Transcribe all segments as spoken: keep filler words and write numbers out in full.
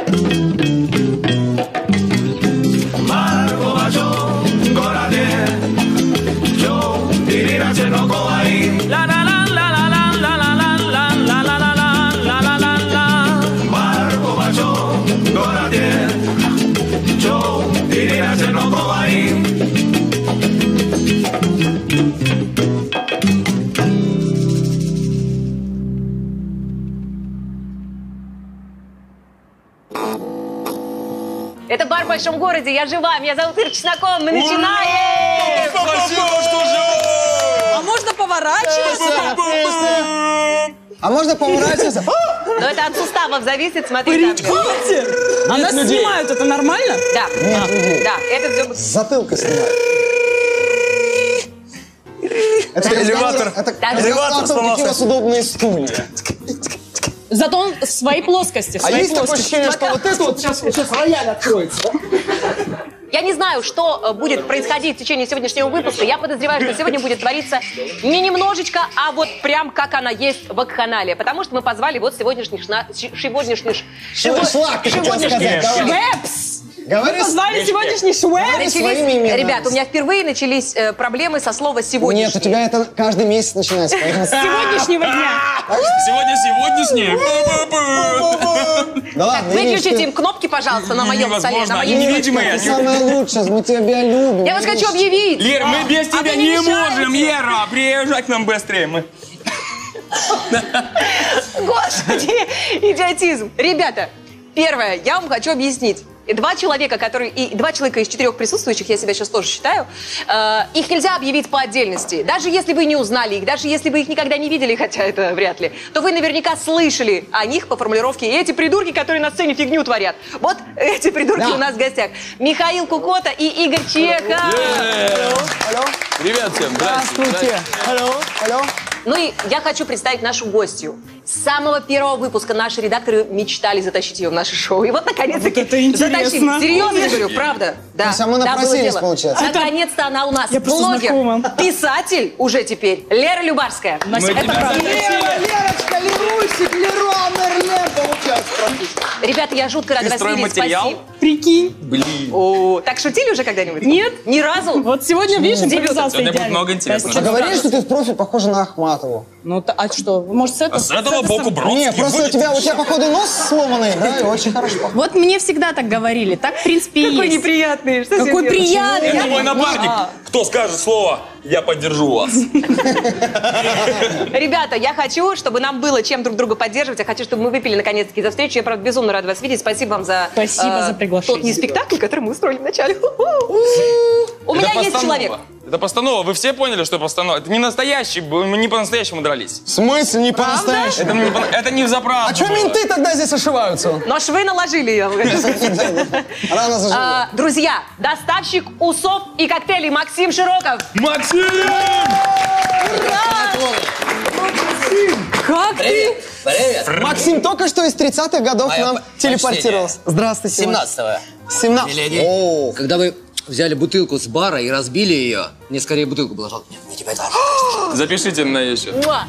Это бар в большом городе, я жива, меня зовут Ира Чеснокова, мы начинаем! Спасибо, что жива! А можно поворачиваться? А можно поворачиваться? Но это от суставов зависит, смотри. Прикиньте! А нас снимают, это нормально? Да. Нет людей. Да, это все... С затылка снимают. Это элеватор. Это Элеватор сломался. Какие у вас удобные стулья. Зато он в своей плоскости. В А своей есть такое плоскости. ощущение, что вот это вот сейчас, сейчас рояль откроется. Я не знаю, что будет происходить в течение сегодняшнего выпуска. Я подозреваю, что сегодня будет твориться не немножечко, а вот прям как она есть в вакханалии. Потому что мы позвали вот сегодняшних... шна- ш- Сегодняшних... ш- Шла- Шлак, ты хотел сказать. Давай. Швепс! Говори Мы позвали сегодняшний швепс. Говори своими именами. Ребят, у меня впервые начались э, проблемы со слова «сегодняшний». Нет, у тебя это каждый месяц начинается. поэтому- С сегодняшнего дня. Сегодня сегодняшнее. Да ладно, Ириш, Выключите ты- им кнопки, пожалуйста, на моем столе. Невозможно, На они моей... невидимые. Ты самая лучшая, мы тебя любим. Я вас Ириш. хочу объявить. Лер, мы без А тебя вы не мешаете. можем, Лера. Приезжай к нам быстрее. Мы... Господи, идиотизм. Ребята, первое, я вам хочу объяснить. И Два человека, которые, и два человека из четырех присутствующих, я себя сейчас тоже считаю, э, их нельзя объявить по отдельности. Даже если вы не узнали их, даже если вы их никогда не видели, хотя это вряд ли, то вы наверняка слышали о них по формулировке «И эти придурки, которые на сцене фигню творят». Вот эти придурки Да. у нас в гостях. Михаил Кукота и Игорь Чехов. Алло, Привет всем. здравствуйте. Алло, алло. Ну и я хочу представить нашу гостью. С самого первого выпуска наши редакторы мечтали затащить ее в наше шоу. И вот наконец-таки Вот это интересно. затащили. Серьезно говорю, правда. Да. То есть, а мы Да, напросились, было дело. получается. Наконец-то она у нас Я просто блогер, знакома. писатель уже теперь. Лера Любарская. Настя, Мы это тебя правда. Лера, Лерочка, Лерусик, Леруа, Мерлен получается практически. Ребята, я жутко рада Ты вас видеть. стройматериал? Спасибо. Прикинь. Блин. О, так шутили уже когда-нибудь? Нет. Ни разу? Вот сегодня, видишь, импровизация Сегодня будет идеальная. много интересного. А говорили, что ты в профиль похожа на Ахматову. Ну, та- а что? Может, с этого? А с этого боку Бродский Нет, просто у будет. тебя, у тебя, походу, нос сломанный, да, и очень хорошо похож. Вот мне всегда так говорили. Так, в принципе, и Какой есть. неприятный. Что Какой себе делать? приятный. Это мой напарник. Кто скажет слово, я поддержу вас. Ребята, я хочу, чтобы нам было чем друг друга поддерживать. Я хочу, чтобы мы выпили наконец-таки за встречу. Я, правда, безумно рада вас видеть. Спасибо вам за, Спасибо за приглашение. тот не спектакль, который мы устроили вначале. У меня Это есть постанова. человек. Это постанова. Вы все поняли, что постанова? Это не настоящий, мы не по-настоящему дрались. В смысле, не по-настоящему? Это не, по- это не взаправду А что было. менты тогда здесь ошиваются? Но швы наложили ее. Рано заживет. А, Друзья, доставщик усов и коктейлей Максим Широков. Максим! Как ты? Привет. Максим только что из тридцатых годов к Мое нам по- телепортировался. Здравствуйте. семнадцатого. семнадцать. Миледи, О, когда вы взяли бутылку с бара и разбили ее, мне скорее бутылку было жалко. Мне тебя это Запишите на еще. Муа.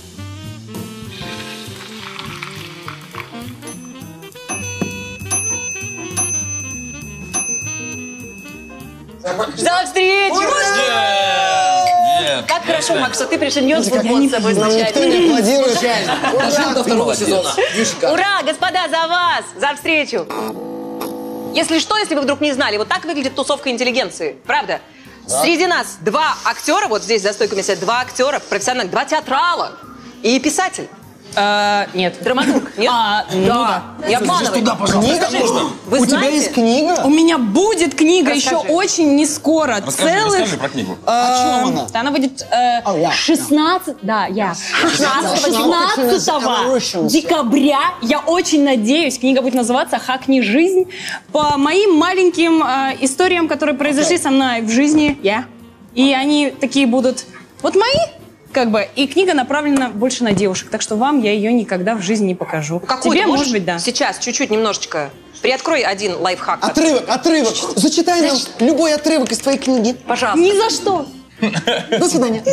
За встречу! Нет. Как хорошо, Макс, что ты принес как футбол с собой нам никто замечательный. не аплодирует. Дожил до второго сезона. Юшика. Ура, господа, за вас! За встречу! Если что, если вы вдруг не знали, вот так выглядит тусовка интеллигенции. Правда? Среди нас два актера, вот здесь за стойками сидят два актера, профессиональных, два театрала и писатель. А, нет. Драматург. Нет? А, ну да. Не обманывай. Книга? Вы У тебя знаете? есть книга? У меня будет книга Расскажи. еще очень не скоро. Расскажи, Целых... расскажи про книгу. О чем она? Да, она выйдет э, Oh, yeah. шестнадцатого, да, я. шестнадцатого шестнадцатого декабря, я очень надеюсь, книга будет называться «Хакни жизнь» по моим маленьким э, историям, которые произошли со мной в жизни. Я. И они такие будут вот мои, как бы, и книга направлена больше на девушек, так что вам я ее никогда в жизни не покажу. Какую Тебе, ты можешь может быть, да. сейчас, чуть-чуть, немножечко. Приоткрой один лайфхак. Отрывок, отрывок. Зачитай нам любой отрывок из твоей книги. Пожалуйста. Ни за что. До свидания.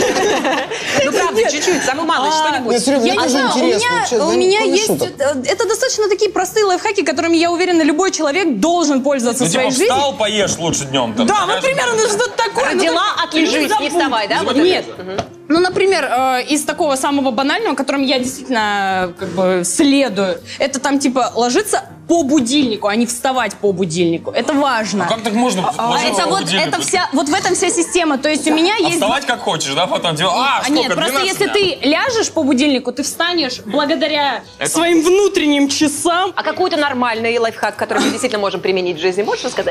Ну, правда, чуть-чуть, самую малость, А, что-нибудь. Нет, Серега, Я мне не тоже знаю, у интересно. меня, вообще, у да, меня кроме есть... шуток. э, Это достаточно такие простые лайфхаки, которыми, я уверена, любой человек должен пользоваться Ну, в типа, своей жизни. встал, поешь лучше днем. Там, Да, вот знаешь, примерно что-то такое. ну, Родила, так, отлежись, забудь. не вставай, да? Вот Нет. это? Ну, например, э, из такого самого банального, которым я действительно как бы следую, это там типа ложиться по будильнику, а не вставать по будильнику. Это важно. Ну, как так можно А ложиться это по вот, будильнику? это вся, вот в этом вся система. То есть у меня А есть... вставать как хочешь, да? Потом типа, а, А сколько, нет, просто двенадцать если дня? ты ляжешь по будильнику, ты встанешь благодаря Это- своим внутренним часам. А какой-то нормальный лайфхак, который мы действительно можем применить в жизни, можешь рассказать?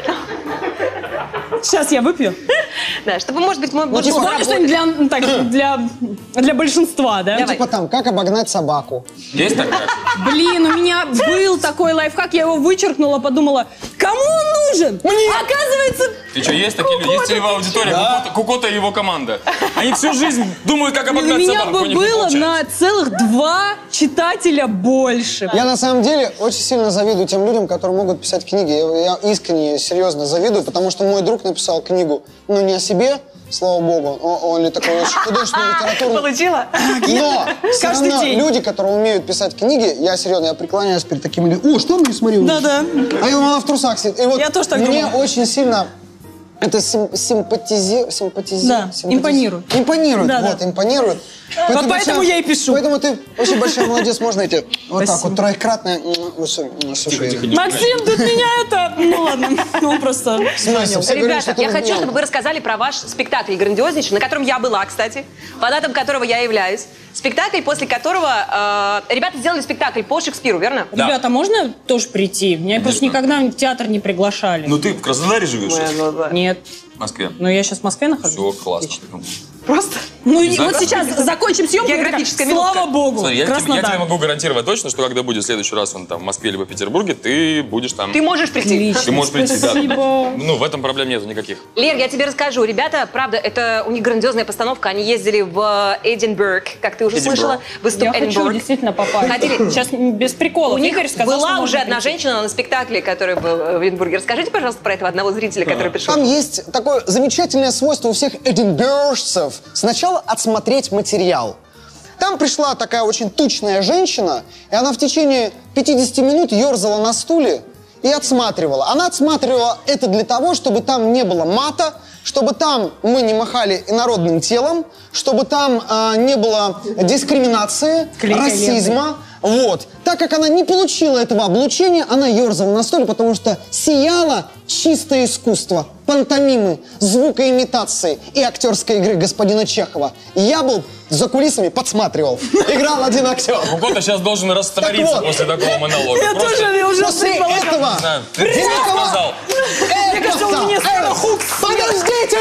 Сейчас я выпью. Да, чтобы, может быть, мы... Ну, типа, Вспомни что-нибудь для, ну, так, для, для большинства, да? Давай. Типа там, как обогнать собаку. Есть такая? Блин, у меня был такой лайфхак, я его вычеркнула, подумала, кому он нужен? Мне! Оказывается, Ты что, есть такие люди? Есть целевая аудитория, Кукота- Кукота и его команда. Они всю жизнь думают, как у обогнать меня собаку. у бы них не было получается. на целых два читателя больше. Я на самом деле очень сильно завидую тем людям, которые могут писать книги. Я, я искренне, серьезно завидую, потому что мой друг написал книгу, ну не о себе, слава богу, он, он ли такой очень художественный, литературный. Получила? Но все Каждый равно день. люди, которые умеют писать книги, я серьезно, я преклоняюсь перед такими людьми. О, что мне смотрю? Да-да. А я она в трусах сидит. И вот Я тоже так мне думала. очень сильно это сим- симпатизи... симпатизи... Да, симпатизи- импонирует. Импонирует, Да, да. вот, импонирует. Вот поэтому я и пишу. Поэтому ты очень большой молодец, можно эти вот так Спасибо. вот, троекратное... м, вот всё, м, слушай, Тихо, тихо, не Максим, тут меня это... Ну ладно, он просто... смысл? Все говорят, что Ребята, ты я хочу, разменялка. чтобы вы рассказали про ваш спектакль грандиознейший, на котором я была, кстати, фанатом которого я являюсь. Спектакль, после которого... э, ребята сделали спектакль по Шекспиру, верно? Да. Ребята, можно тоже прийти? Меня просто никогда в театр не приглашали. Ну ты в Краснодаре живешь? Нет. В Москве. Но я сейчас в Москве нахожусь. Все, классно. Просто? Ну и Да? вот сейчас закончим съемку. и Географическая такая, минутка. Слава богу, Смотри, я, тебе, я Краснодар. тебе могу гарантировать точно, что когда будет в следующий раз он там в Москве либо в Петербурге, ты будешь там. Ты можешь прийти? Отлично. Ты можешь прийти, да. Спасибо. Ну, в этом проблем нету никаких. Лер, я тебе расскажу. Ребята, правда, это у них грандиозная постановка. Они ездили в Эдинбург, как ты уже Эдинбург. слышала. Выступ Я хочу Эдинбург. действительно попасть. Ходили. Сейчас без приколов. У них Игорь сказал, была что уже можно одна прийти. женщина на спектакле, который был в Эдинбурге. Расскажите, пожалуйста, про этого одного зрителя, который пришел. Там есть такое замечательное свойство у всех эдинбуржцев. Сначала отсмотреть материал. Там пришла такая очень тучная женщина, и она в течение пятидесяти минут ерзала на стуле и отсматривала. Она отсматривала это для того, чтобы там не было мата, чтобы там мы не махали инородным телом, чтобы там а, не было дискриминации, Клейкой расизма. Вот. Так как она не получила этого облучения, она ерзала на стуле, потому что сияло чистое искусство, пантомимы, звукоимитации и актерской игры господина Чехова. И я был за кулисами, подсматривал. Играл один актер. Кукота сейчас должен раствориться Так вот. после такого монолога. Я Просто, тоже я уже После предполагала. этого... не знаю, ты ты Великого- сказал. Мне кажется, у меня скоро хук съест. Подождите!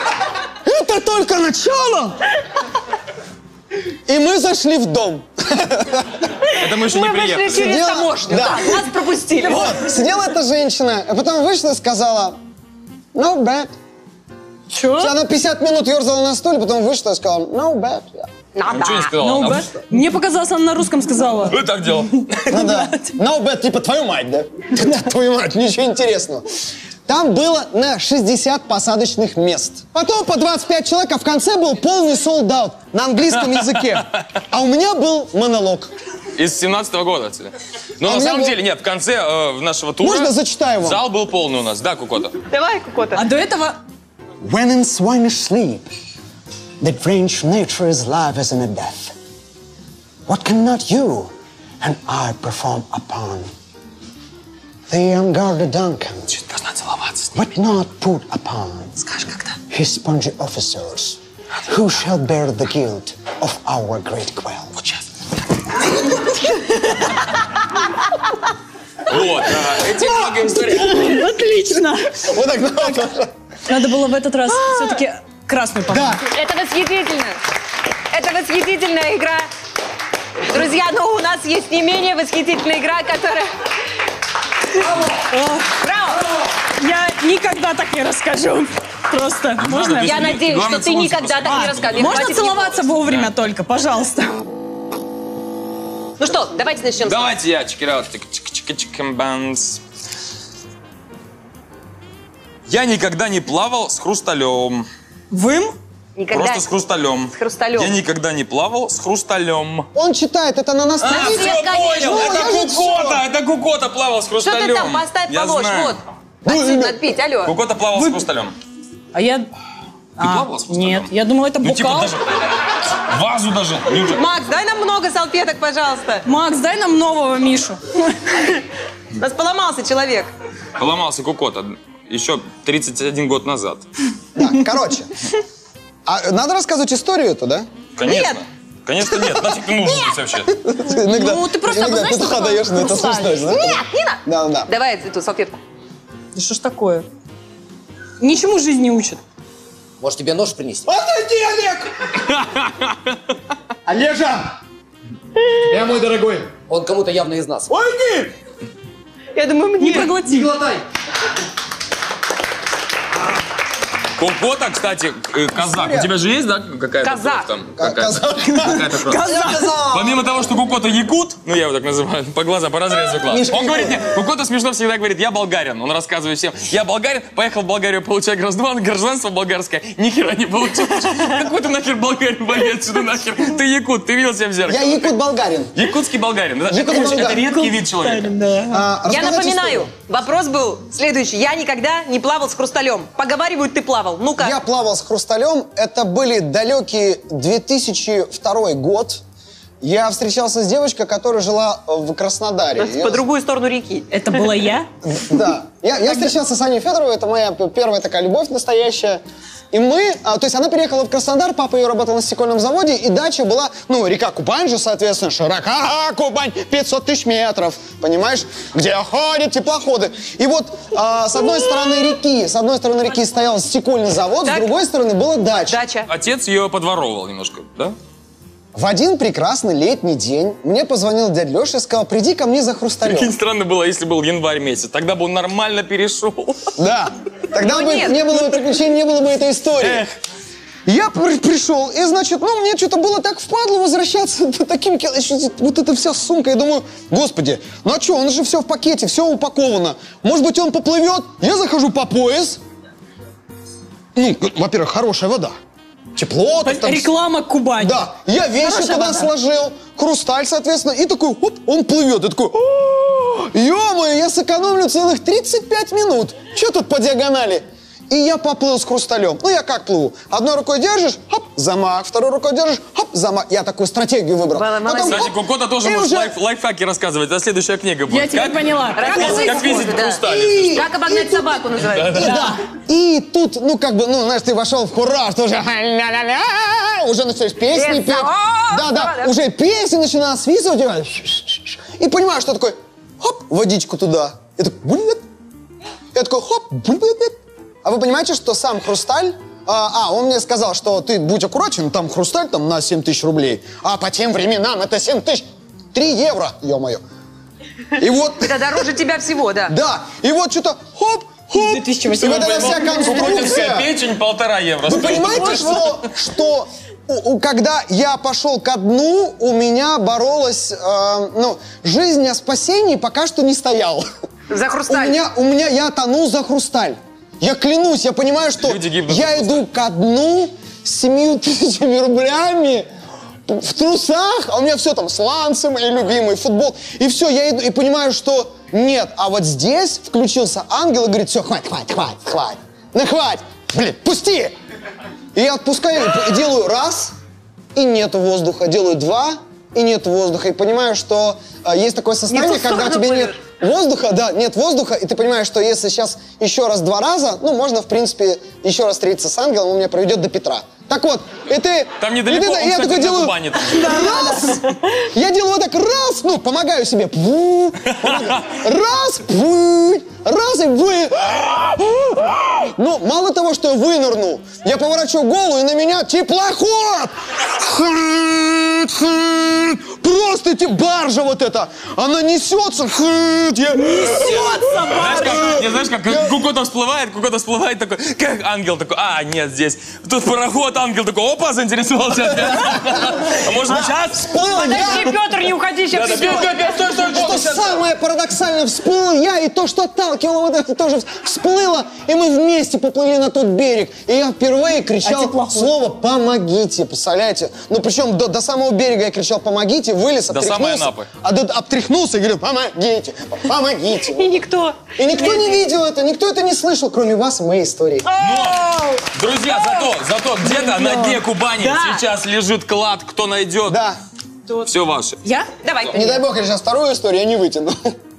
Это только начало! И мы зашли в дом. Это мы еще не Мы вышли приехали. через Сидела- таможню. Да. Да, нас пропустили. Вот, сидела эта женщина, а потом вышла и сказала, no bad. Чё? Она пятьдесят минут ерзала на стуле, потом вышла и сказала, no bad. Надо. Ничего не сказал. No Она- bad. Мне показалось, она на русском сказала. Вы так делал. Ну да. No bad, типа твою мать, да? Твою мать, ничего интересного. Там было на шестьдесят посадочных мест. Потом по двадцать пять человек, а в конце был полный sold-out на английском языке. А у меня был монолог. Из семнадцатого года. Но А у на меня самом был- деле, нет, в конце э, нашего тура... Можно зачитаю вам? Зал был полный у нас, да, Кукота? Давай, Кукота. А до этого... When in swinish sleep, the strange nature is live as in a death. What cannot you and I perform upon? The unguarded Duncan, Должна целоваться с ним. but not put upon Скажешь, когда? his spongy officers, who shall bear the guilt of our great quell. Вот сейчас. Вот, а, эти много историй. Отлично. Вот так, Надо было в этот раз все-таки красную помаду. да. Это восхитительно. Это восхитительная игра. Друзья, но у нас есть не менее восхитительная игра, которая... Браво! Я никогда так не расскажу. Просто. Можно? надо, Я Главное, надеюсь, что ты целуйся никогда после. так не А, рассказываешь. Можно Хватит целоваться его. вовремя только, пожалуйста. Ну что, давайте начнем. с- Давайте я, чекираут. Чик-чик-чик-чик-банс. Я никогда не плавал с хрусталем. Вым? Никогда. Просто с хрусталем. С хрусталем. Я никогда не плавал с хрусталем. Он читает, это на нас. А, Цвет, все конечно. понял, Ну, это я же Кукота, это Кукота плавал с Что хрусталем. ты там, поставь, Я положь, знаю. вот. Отсюда надо пить, алло. Кукота плавал с хрусталем. А я... Ты плавала с хрусталем? Нет, я думала, это Ну, типа бокал. даже вазу даже. Неужели? Макс, дай нам много салфеток, пожалуйста. Макс, дай нам нового Мишу. У нас поломался человек. Поломался Кукота еще тридцать один год назад. Да, короче. А надо рассказывать историю эту, да? Конечно. Нет. Конечно нет. Нафиг ты нужен здесь вообще? Иногда, Ну, ты просто иногда обозначь, петуха что даешь, но это хрусталь. смешно, знаешь? Нет, не надо. Да, да, да. Давай эту салфетку. Да что ж такое? Ничему жизнь не учит. Может, тебе нож принести? Отойди, Олег! Олежа! Я мой дорогой. Он кому-то явно из нас. Уйди! Я думаю, мне. Не проглоти. Глотай! Кукота, кстати, э, казак. У тебя же есть, да, какая-то Казак. кровь там? Какая-то, Казак. какая-то кровь. Казак! Помимо того, что Кукота якут, ну я его так называю, по глазам, по разрезу глаз. Мишка, Он не говорит, нет, Кукота смешно всегда говорит, я болгарин. Он рассказывает всем, я болгарин, поехал в Болгарию получать гражданство, гражданство болгарское, ни хера не получил. Какой ты нахер болгарин, вали отсюда нахер. Ты якут, ты видел себя в Я зеркало? якут-болгарин. Якутский болгарин. Это, Якут это болгарин. редкий вид человека. А, Я рассказать напоминаю, историю. вопрос был следующий. Я никогда не плавал с хрусталем. Поговаривают, ты плавал. Ну-ка. Я плавал с хрусталем. Это были далекие две тысячи второй год. Я встречался с девочкой, которая жила в Краснодаре. По Я- другую сторону реки. Это была я? Да. Я, я встречался с Аней Федоровой, это моя первая такая любовь настоящая. И мы, а, то есть она переехала в Краснодар, папа ее работал на стекольном заводе, и дача была, ну, река Кубань же, соответственно, широка Кубань, пятьсот тысяч метров, понимаешь, где ходят теплоходы. И вот а, с одной стороны реки, с одной стороны реки стоял стекольный завод, Так. с другой стороны была дача. Дача. Отец ее подворовывал немножко, да? В один прекрасный летний день мне позвонил дядя Леша и сказал, приди ко мне за хрусталем. Прикинь, странно было, если был январь месяц. Тогда бы он нормально перешел. Да. Тогда Но бы нет. не было бы приключений, не было бы этой истории. Эх. Я при- пришел, и, значит, ну, мне что-то было так впадло возвращаться по таким километрам. Вот эта вся сумка. Я думаю, господи, ну а что, он же все в пакете, все упаковано. Может быть, он поплывет? Я захожу по пояс. Ну, во-первых, хорошая вода. Тепло. так там- Реклама Кубани. Да, я вещи Хорошая туда вода. сложил, хрусталь, соответственно, и такой, оп, он плывет. И такой, ё-моё, я сэкономлю целых тридцать пять минут. Че тут по диагонали? И я поплыл с хрусталем. Ну, я как плыву? Одной рукой держишь, хоп, замах. Второй рукой держишь, хоп, замах. Я такую стратегию выбрал. Мало- молодец. Потом, Кстати, хоп, Кукота тоже и может уже- лайф- лайфхаки рассказывать. Это следующая книга будет. Я тебя Как- поняла. Рассказывай Как искусство, видеть да. хрусталь, если что. Как обогнать собаку называется. И, да. И тут, ну, как бы, ну, знаешь, ты вошел в кураж, ты уже ля-ля-ля, уже начинаешь песни It's петь. all Да, да, over. уже песни начинают свистывать. И, и понимаешь, что такое, хоп, водичку туда. Я такой, блин. Я такой, хоп, блин. А вы понимаете, что сам хрусталь, а, а, он мне сказал, что ты будь аккуратен, там хрусталь там на семь тысяч рублей, а по тем временам это семь тысяч, три евро, ё-моё. И вот... Это дороже тебя всего, да. Да, и вот что-то хоп, хоп, две тысячи и вот восьмого эта вся Кукотинская конструкция. печень полтора евро. Вы стоит. понимаете, что, что у- у- когда я пошел ко дну, у меня боролась, э, ну, жизнь о спасении пока что не стояла. За У хрусталь. меня, у меня, я тонул за хрусталь. Я клянусь, я понимаю, что Люди гибнут я за иду ко дну с семью тысячами рублями в трусах, а у меня все там сланцы мои любимые, футбол. И все, я иду и понимаю, что нет. А вот здесь включился ангел и говорит, все, хватит, хватит, хватит, хватит. Ну хватит, блин, пусти. И я отпускаю, и делаю раз, и нет воздуха. Делаю два, и нет воздуха. И понимаю, что э, есть такое состояние, Не в ту когда у сторону тебя нет плывешь. воздуха, да, нет воздуха, и ты понимаешь, что если сейчас еще раз два раза, ну, можно, в принципе, еще раз встретиться с ангелом, он меня проведет до Петра. Так вот, и ты... Там и недалеко, ты- он, и я кстати, такой на делаю... Кубани там. Раз! Я делаю вот так, раз, ну, помогаю себе. Пу, раз, пу, раз, и вы... Ну, мало того, что я вынырнул, я поворачиваю голову, и на меня теплоход! Хрт, хрт. Просто эти баржа вот эта, она несется, хрт, я... Знаешь, как, не знаешь, как Кукота всплывает, Кукота всплывает такой, как ангел такой, а, нет, здесь. Тут пароход, ангел такой, опа, заинтересовался опять. А может быть, сейчас? Всплыл я. Подожди, Петр, не уходи сейчас. Да, да, Петр, Петр, стой, стой, Что стой, стой. самое парадоксально всплыл я, и то, что отталкивало, вот это тоже всплыло, и мы вместе поплыли на тот берег. И я впервые кричал слово «помогите», представляете? Ну, причем до, до самого берега я кричал «помогите», вылез, До самой обтряхнулся, Анапы. а до, обтряхнулся и говорю «помогите, помогите». И никто. И никто не видел это, никто это не слышал, кроме вас и моей истории. Но, друзья, зато, зато где-то на дне Кубани Да. сейчас лежит клад, кто найдет. Да. Все ваше. Я? Давай. Не дай бог, я сейчас вторую историю я не вытяну.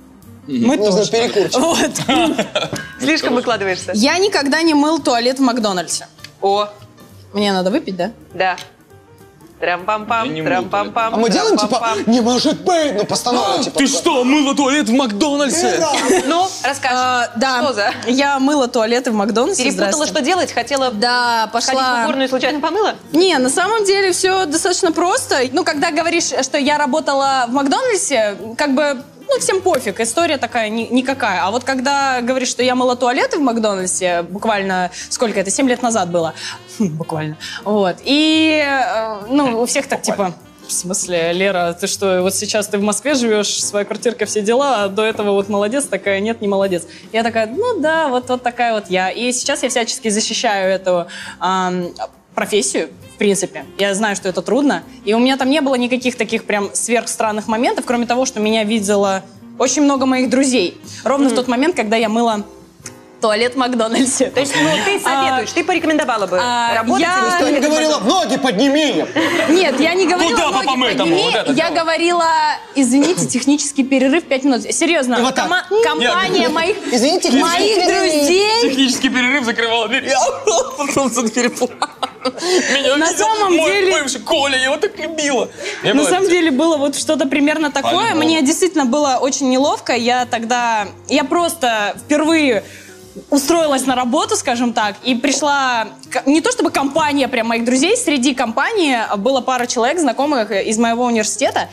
Мы Нужно тоже. перекурчить. Вот. Слишком выкладываешься. Я никогда не мыл туалет в Макдональдсе. О, Мне надо выпить, да? да. Трам-пам-пам, Я не мыл трам-пам-пам. А мы делаем типа трам-пам-пам. «не может быть», ну постановка типа. Ты что, мыла туалет в Макдональдсе? Ну, расскажи. А, да. Что за? Я мыла туалеты в Макдональдсе. Перепутала, здрасте. что делать? Хотела Да, ходить в пошла. уборную и случайно помыла? Не, на самом деле все достаточно просто. Ну, когда говоришь, что я работала в Макдональдсе, как бы, ну, всем пофиг, история такая ни- никакая. А вот когда говоришь, что я мыла туалеты в Макдональдсе, буквально, сколько это, семь лет назад было, буквально, вот, и, э, ну, у всех так, типа... В смысле, Лера, ты что, вот сейчас ты в Москве живешь, своя квартирка, все дела, а до этого вот молодец, такая, нет, не молодец. Я такая, ну да, вот, вот такая вот я. И сейчас я всячески защищаю эту ам, профессию, в принципе. Я знаю, что это трудно. И у меня там не было никаких таких прям сверхстранных моментов, кроме того, что меня видело очень много моих друзей. Ровно в тот момент, когда я мыла туалет в Макдональдсе. То есть, ну, ты советуешь, ты порекомендовала бы а, работать я- или Что не туалет в говорила, ноги подними. Нет, я не говорила Куда ноги попомыть там, подними, вот это я дело? говорила, извините, технический перерыв пять минут. Серьезно, И вот так. кома- компания моих, Извините, моих технический друзей. Технический перерыв закрывала дверь. Я потом за дверь плакала. Меня На видел самом мой деле- бывший Коля, я его так любила. Я На была- самом деле было вот что-то примерно такое. По-любому. Мне действительно было очень неловко. Я тогда, я просто впервые устроилась на работу, скажем так, и пришла, к- не то чтобы компания прям моих друзей, среди компании было пара человек, знакомых из моего университета,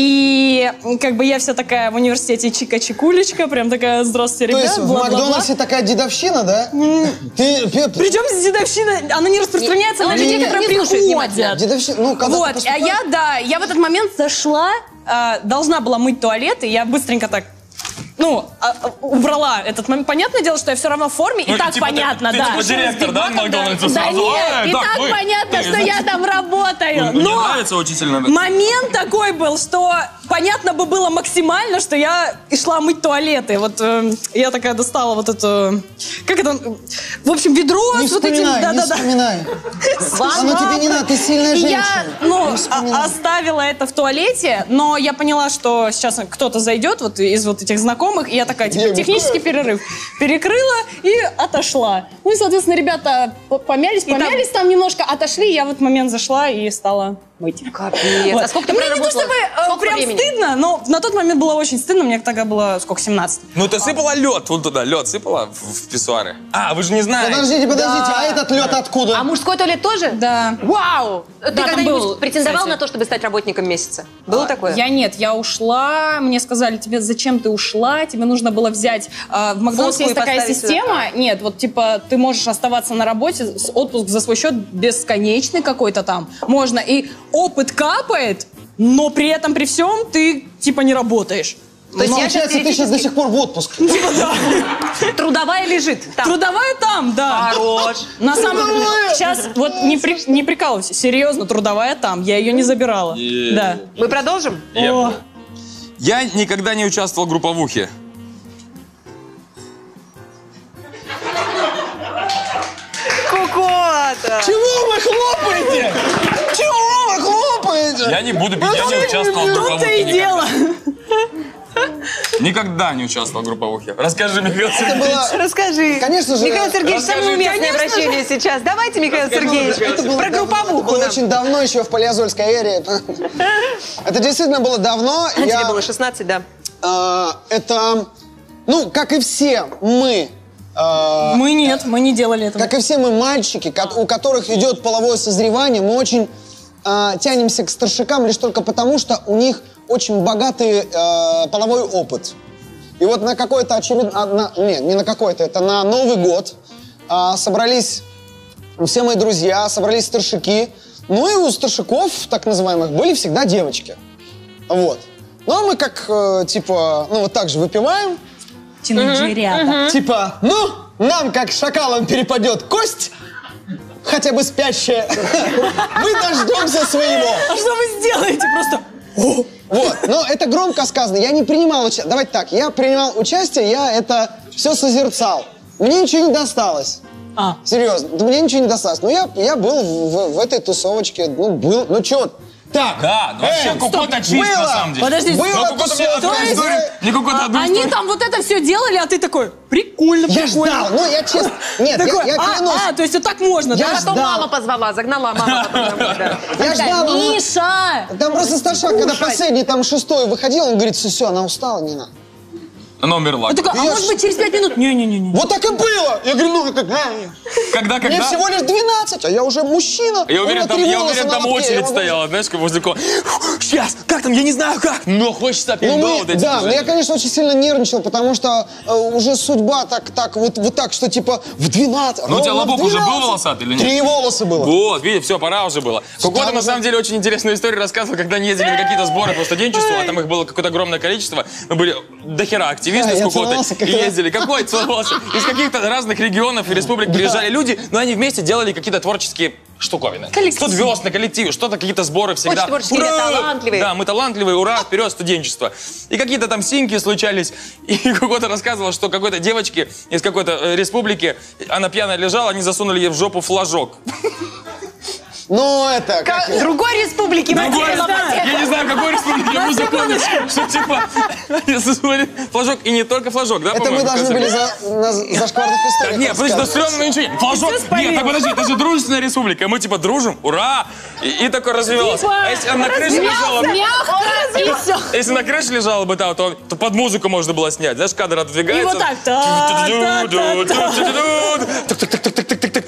и как бы я вся такая в университете чика-чикулечка, прям такая, здравствуйте, То ребят, есть в бла-бла-бла. Макдональдсе такая дедовщина, да? Ты, пе- Причем здесь дедовщина, она не распространяется Не- на он людей, не- которые не слушает приходят. внимательно. дедовщина, ну, когда Вот, ты а поступаешь- я, да, я в этот момент зашла, а, должна была мыть туалет, и я быстренько так, ну, а, а, убрала этот момент. Понятное дело, что я все равно в форме, Ну, и так типа, понятно, ты, да. Ты типа директор, да, Макдональдса Да сразу? нет, «Эй, и так вы, понятно, ты, что значит, я там работаю. Мне Но нравится очень сильно. момент такой был, что понятно бы было максимально, что я и шла мыть туалеты. Вот э, я такая достала вот эту, как это, в общем, ведро Не с вот этим, вспоминай, не да-да-да. вспоминай. Оно тебе не надо, ты сильная И женщина. я, ну, Не вспоминай. а- оставила это в туалете, но я поняла, что сейчас кто-то зайдет вот из вот этих знакомых, и я такая, типа, Девушка. технический перерыв. Перекрыла и отошла. Ну и, соответственно, ребята по- помялись, там- помялись там немножко, отошли, и я в этот момент зашла и стала мыть. Капец. Вот. А сколько ты Мне не то проработала? чтобы э, Сколько прям времени? стыдно, но на тот момент было очень стыдно, мне тогда было, сколько, семнадцать. Ну ты сыпала лед вон туда, лед сыпала в, в писсуары. А, вы же не знаете. Подождите, подождите, а этот лед откуда? А мужской туалет тоже? Да. Вау! Ты там когда-нибудь был, претендовал кстати. на то, чтобы стать работником месяца? Было такое? Я нет, я ушла, мне сказали, тебе зачем ты ушла, тебе нужно было взять, э, в Макдональдсе Фотку есть и такая поставить система, нет, вот типа ты можешь оставаться на работе, с- отпуск за свой счет бесконечный какой-то там, можно, и опыт капает, но при этом, при всем, ты типа не работаешь. То есть Но- я сейчас Получается, ты сейчас до сих пор в отпуске. Трудовая лежит там. Трудовая там, да. Хорош. На самом деле, сейчас вот не, при- не прикалывайся, серьезно, трудовая там, я ее не забирала. Е- Да. Мы продолжим? Я, О. я никогда не участвовал в групповухе. Кукота! Чего вы хлопаете? Чего вы хлопаете? Я не буду пить, я не участвовал в В том-то групповухе и никогда. дело. Никогда не участвовал в групповухе. Расскажи, Михаил Это Сергеевич. было... Расскажи. Конечно же, Михаил Сергеевич, расскажи. самое уместное Конечно же. обращение сейчас. Давайте, Михаил Сергеевич, Это было про давно, это групповуху было нам. очень давно, еще в палеозойской эре. Это действительно было давно. А тебе Я, было шестнадцать, да. э, это, ну, как и все мы, э, Мы нет, мы не делали этого. как и все мы мальчики, ко- у которых идет половое созревание, мы очень э, тянемся к старшакам лишь только потому, что у них очень богатый э, половой опыт. И вот на какой-то очередной... Нет, не на какой-то, это на Новый год э, собрались все мои друзья, собрались старшаки. Ну и у старшаков, так называемых, были всегда девочки. Вот. Ну, а мы как, э, типа, ну, вот так же выпиваем. Тинейджерята. Типа, ну, нам, как шакалам, перепадет кость, хотя бы спящая. Мы дождемся своего. А что вы сделаете? Просто... Вот, но это громко сказано. Я не принимал участие. Давайте так, я принимал участие, я это все созерцал. Мне ничего не досталось. А. Серьезно, да мне ничего не досталось. Но я, я был в, в этой тусовочке, ну, был, ну, чё. Так. Да, вообще Эй, кукота чист было. на самом деле. Подожди, Было Ну, кукота мне одну тусовка. историю, мне кукота одну Они историю. там вот это все делали, а ты такой, прикольно, Я прикольно. ждал, ну, я честно... Нет, я, Такой, я а, клянусь. а, то есть вот так можно, Я да? Потом ждал. мама позвала, загнала мама потом домой, да. Я Такая, ждал, он- Миша! Там просто старшак, когда последний, там, шестой выходил, он говорит, все, все, она устала, не надо. Она умерла. Он такой, а Я может ж- быть через пять минут? Не-не-не. Вот так и было. Я говорю, ну, как... а, Когда, Мне когда? всего лишь двенадцать, а я уже мужчина. Я У уверен, меня там, три я волоса уверен, на там лобке, я очередь могу- стояла, знаешь, как возле кого. Сейчас, как там, я не знаю как, но хочется опять Ну, до мы- вот эти да, но я, движения. конечно, очень сильно нервничал, потому что э, уже судьба так, так, вот, вот так, что типа в двенадцать. Ну, у тебя ровно в лобок уже был двенадцать. волосатый или нет? Три волоса было. Вот, видишь, все, пора уже было. Кукота, Там на уже- самом деле, очень интересную историю рассказывал, когда они ездили на какие-то сборы по студенчеству, а там их было какое-то огромное количество. Мы были дохера активисты Да, с я Кукотой целовался как и раз. ездили. Какой целовался? Из каких-то разных регионов и республик приезжали люди, но они вместе делали какие-то творческие штуковины. Коллектив. Кто звезд на коллективе, что-то, какие-то сборы всегда. Очень творческие, Ура! талантливые. Да, мы талантливые, ура, вперед, студенчество. И какие-то там синьки случались. И Кукота рассказывала, что какой-то девочке из какой-то э, республики, она пьяная лежала, они засунули ей в жопу флажок. Ну, это... Ка- Как... Другой республики, Другой, Матея, я не знаю, какой республике, я буду помнить, что типа они засунули флажок, и не только флажок, да, Это мы по-моему, должны сказали? были за, на зашкварных Так, историях нет, подожди, да рассказывать. стрёмно ничего нет. Флажок, Всё спалил. нет, так подожди, это же дружественная республика, мы типа дружим, ура, и, и такое развивалось. Типа, А если она на крыше лежала, Мягко, и все. если на крыше лежала бы там, то, то под музыку можно было снять, знаешь, кадр отодвигается. И вот так, так.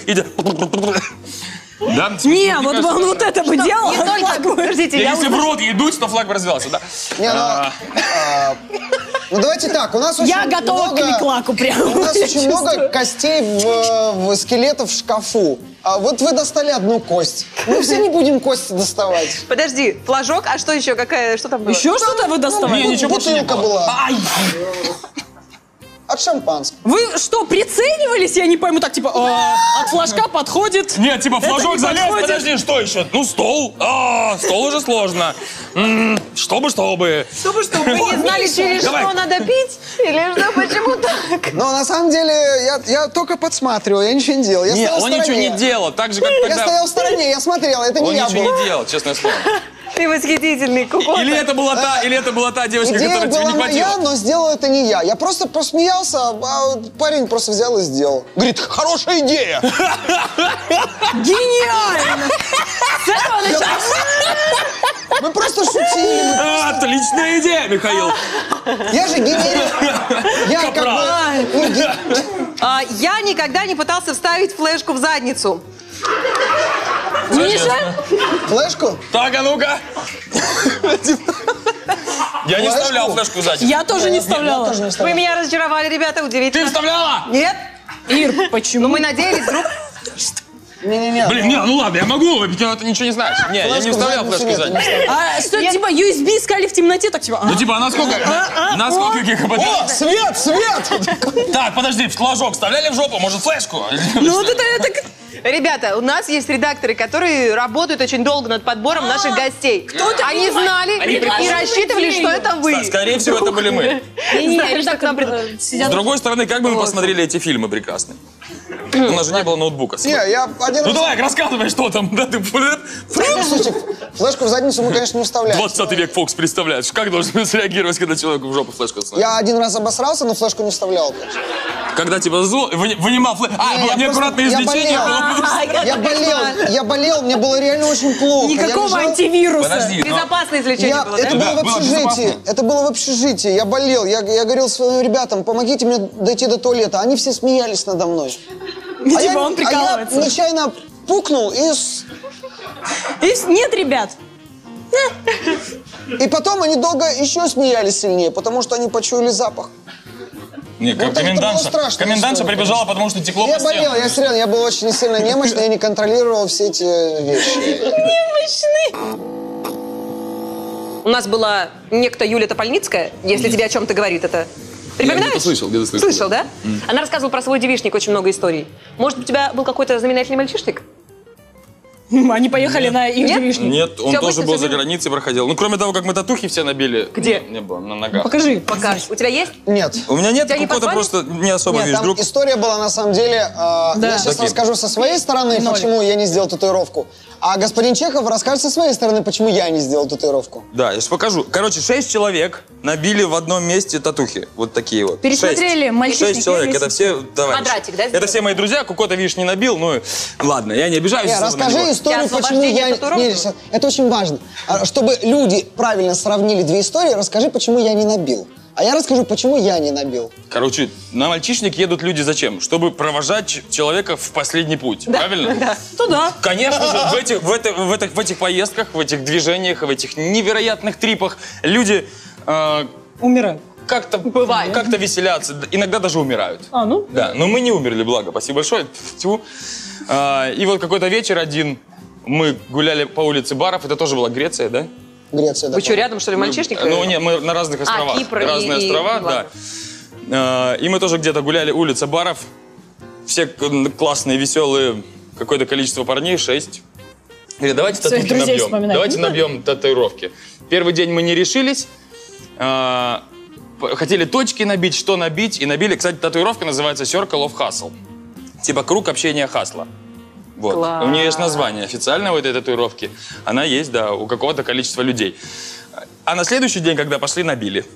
Да? Не, вот он вот это бы делал. Не только, подождите, я Если в рот ей дуть, то флаг бы развивался, да. Не, ну, А, а, ну, давайте так, у нас очень Я готова много... к кликлаку прям. У нас Я очень чувствую. много костей в, в скелетов в шкафу. А вот вы достали одну кость. Мы все не будем кости доставать. Подожди, флажок, а что еще? Какая, что там было? Еще что-то вы доставали? Не, ничего больше не Бутылка было. была. Ай! От шампанского. Вы что, приценивались? Я не пойму, так типа, а, от флажка подходит. Нет, типа Это флажок не залез, подходит. подожди, что еще? Ну, стол. А, стол уже сложно. М, Чтобы, чтобы. Чтобы что, вы не знали, через Давай. что надо пить? Или что, почему так? Но на самом деле я, я только подсматривал, я ничего не делал. Я Нет, стоял в он ничего стороне. не делал. Так же, как Я тогда. стоял в стороне, я смотрел, это не Он я ничего был. не делал, честное слово. Ты восхитительный, Кукота. Или это была та, или это была та девочка, Идея которая тебе была не моя, хватило. но сделал это не я. Я просто посмеялся, а парень просто взял и сделал. Говорит, хорошая идея. Гениально! С этого началось. Мы просто шутили. А, отличная идея, Михаил. Я же генерил. Я как Капрал. бы... ну, ге- А, я никогда не пытался вставить флешку в задницу. Миша? Флешку? Так, а ну-ка. Я не Флешку? вставлял флешку сзади. Я тоже не Я вставляла. тоже не Вы вставлял. меня разочаровали, ребята, Ты удивительно. вставляла? Нет? Ир, почему? Ну, мы надеялись, вдруг... Не-не-не. Блин, не, ну ладно, я могу, ведь ты ничего не знаешь. Не, я не Флешку в вставлял задницу флешку нет, сзади. не вставлял. А что, типа, ю эс би искали в темноте, так типа... а? Ну типа, а насколько, на, на сколько гигабайт? О, свет, свет! Так, подожди, флажок вставляли в жопу, может, флешку? Ну вот это, это... Ребята, у нас есть редакторы, которые работают очень долго над подбором наших гостей. Кто-то Они принимает- знали и приглашает рассчитывали, людей. что это вы. Скорее всего, это были мы. Не-не-не, Знали, что редактор, к нам прид- э, С сидят... другой стороны, как бы мы посмотрели эти фильмы прекрасные? У нас же не было ноутбука. с Не, собой. я один Ну раз... давай, рассказывай, что там. Да, ты Слушайте, флешку в задницу мы, конечно, не вставляем. двадцатый век, Фокс, представляешь? Как должен среагировать, когда человеку в жопу флешку ставят? Я один раз обосрался, но флешку не вставлял. Когда тебя зло, вы- вынимал флешку. А, Не, было я неаккуратное просто- я извлечение. болел. было. Я болел, я болел, мне было реально очень плохо. Я Никакого лежал- антивируса. Подожди, но- Безопасное извлечение Я- было, это да? было Да, в было общежитии. безопасно. Это было в общежитии. Я болел. Я, я говорил своим ребятам, помогите мне дойти до туалета. Они все смеялись надо мной. Типа я, он а прикалывается. я нечаянно пукнул и, с- И с- Нет, ребят. и потом они долго еще смеялись сильнее, потому что они почуяли запах. Не, Вот это комендантша, было страшно, комендантша история. прибежала, потому что текло Я по стенам. болел, я серьезно, я был очень сильно немощный, я не контролировал все эти вещи. У нас была некто Юля Топольницкая, если тебе о чем-то говорит это. Припоминаешь? Я где-то слышал, где-то слышал. Слышал, да? Mm. Она рассказывала про свой девичник очень много историй. Может, у тебя был какой-то знаменательный мальчишник? Они поехали на их Нет? девичник. Нет, он Всё тоже обычно, был всё за было? границей, проходил. Ну, кроме того, как мы татухи все набили. Где? Не, не было, на ногах. Покажи. Покажи. У тебя есть? Нет. У меня нет Тебя не какого-то позвали? просто не особо, Нет, видишь, там друг. история была на самом деле... э, Да. Я сейчас Такие. расскажу со своей стороны, Ноль. почему я не сделал татуировку. А господин Чехов расскажет со своей стороны, почему я не сделал татуировку. Да, я сейчас покажу. Короче, шесть человек набили в одном месте татухи. Вот такие вот. Пересмотрели Шесть. «Мальчишник» Шесть человек, или это все товарищи. Квадратик, да, Это сделали? все мои друзья, Кукота, видишь, не набил, ну, ладно, я не обижаюсь. Не, особо на расскажи него. историю, Для почему освобождения я... татуировки? Не, сейчас, это очень важно. А, Чтобы люди правильно сравнили две истории, расскажи, почему я не набил. А я расскажу, почему я не набил. Короче, на мальчишник едут люди зачем? Чтобы провожать ч- человека в последний путь, правильно? Да. Туда. Конечно же, в этих, в, это- в этих, в этих поездках, в этих движениях, в этих невероятных трипах люди э, Умирают. как-то Бывает. как-то веселятся, д- иногда даже умирают. А, ну? Да, но мы не умерли, благо, спасибо большое. Тьфу. А, и вот какой-то вечер один, мы гуляли по улице баров, это тоже была Греция, да? Греция, да. Вы что, рядом, что ли, мальчишник? Ну, нет, мы на разных островах. Кипр и- Разные и- острова, и- да. А, И мы тоже где-то гуляли, улица баров. Все к- классные, веселые, какое-то количество парней, шесть. Говорят, давайте Своих татухи друзей набьем. вспоминать. Давайте Ну да. набьем татуировки. Первый день мы не решились. А, п- Хотели точки набить, что набить. И набили, кстати, татуировка называется Circle of Hustle. Типа круг общения хасла. Вот. Класс. У нее есть название официальное у этой татуировки. Она есть, да, у какого-то количества людей. А на следующий день, когда пошли, набили.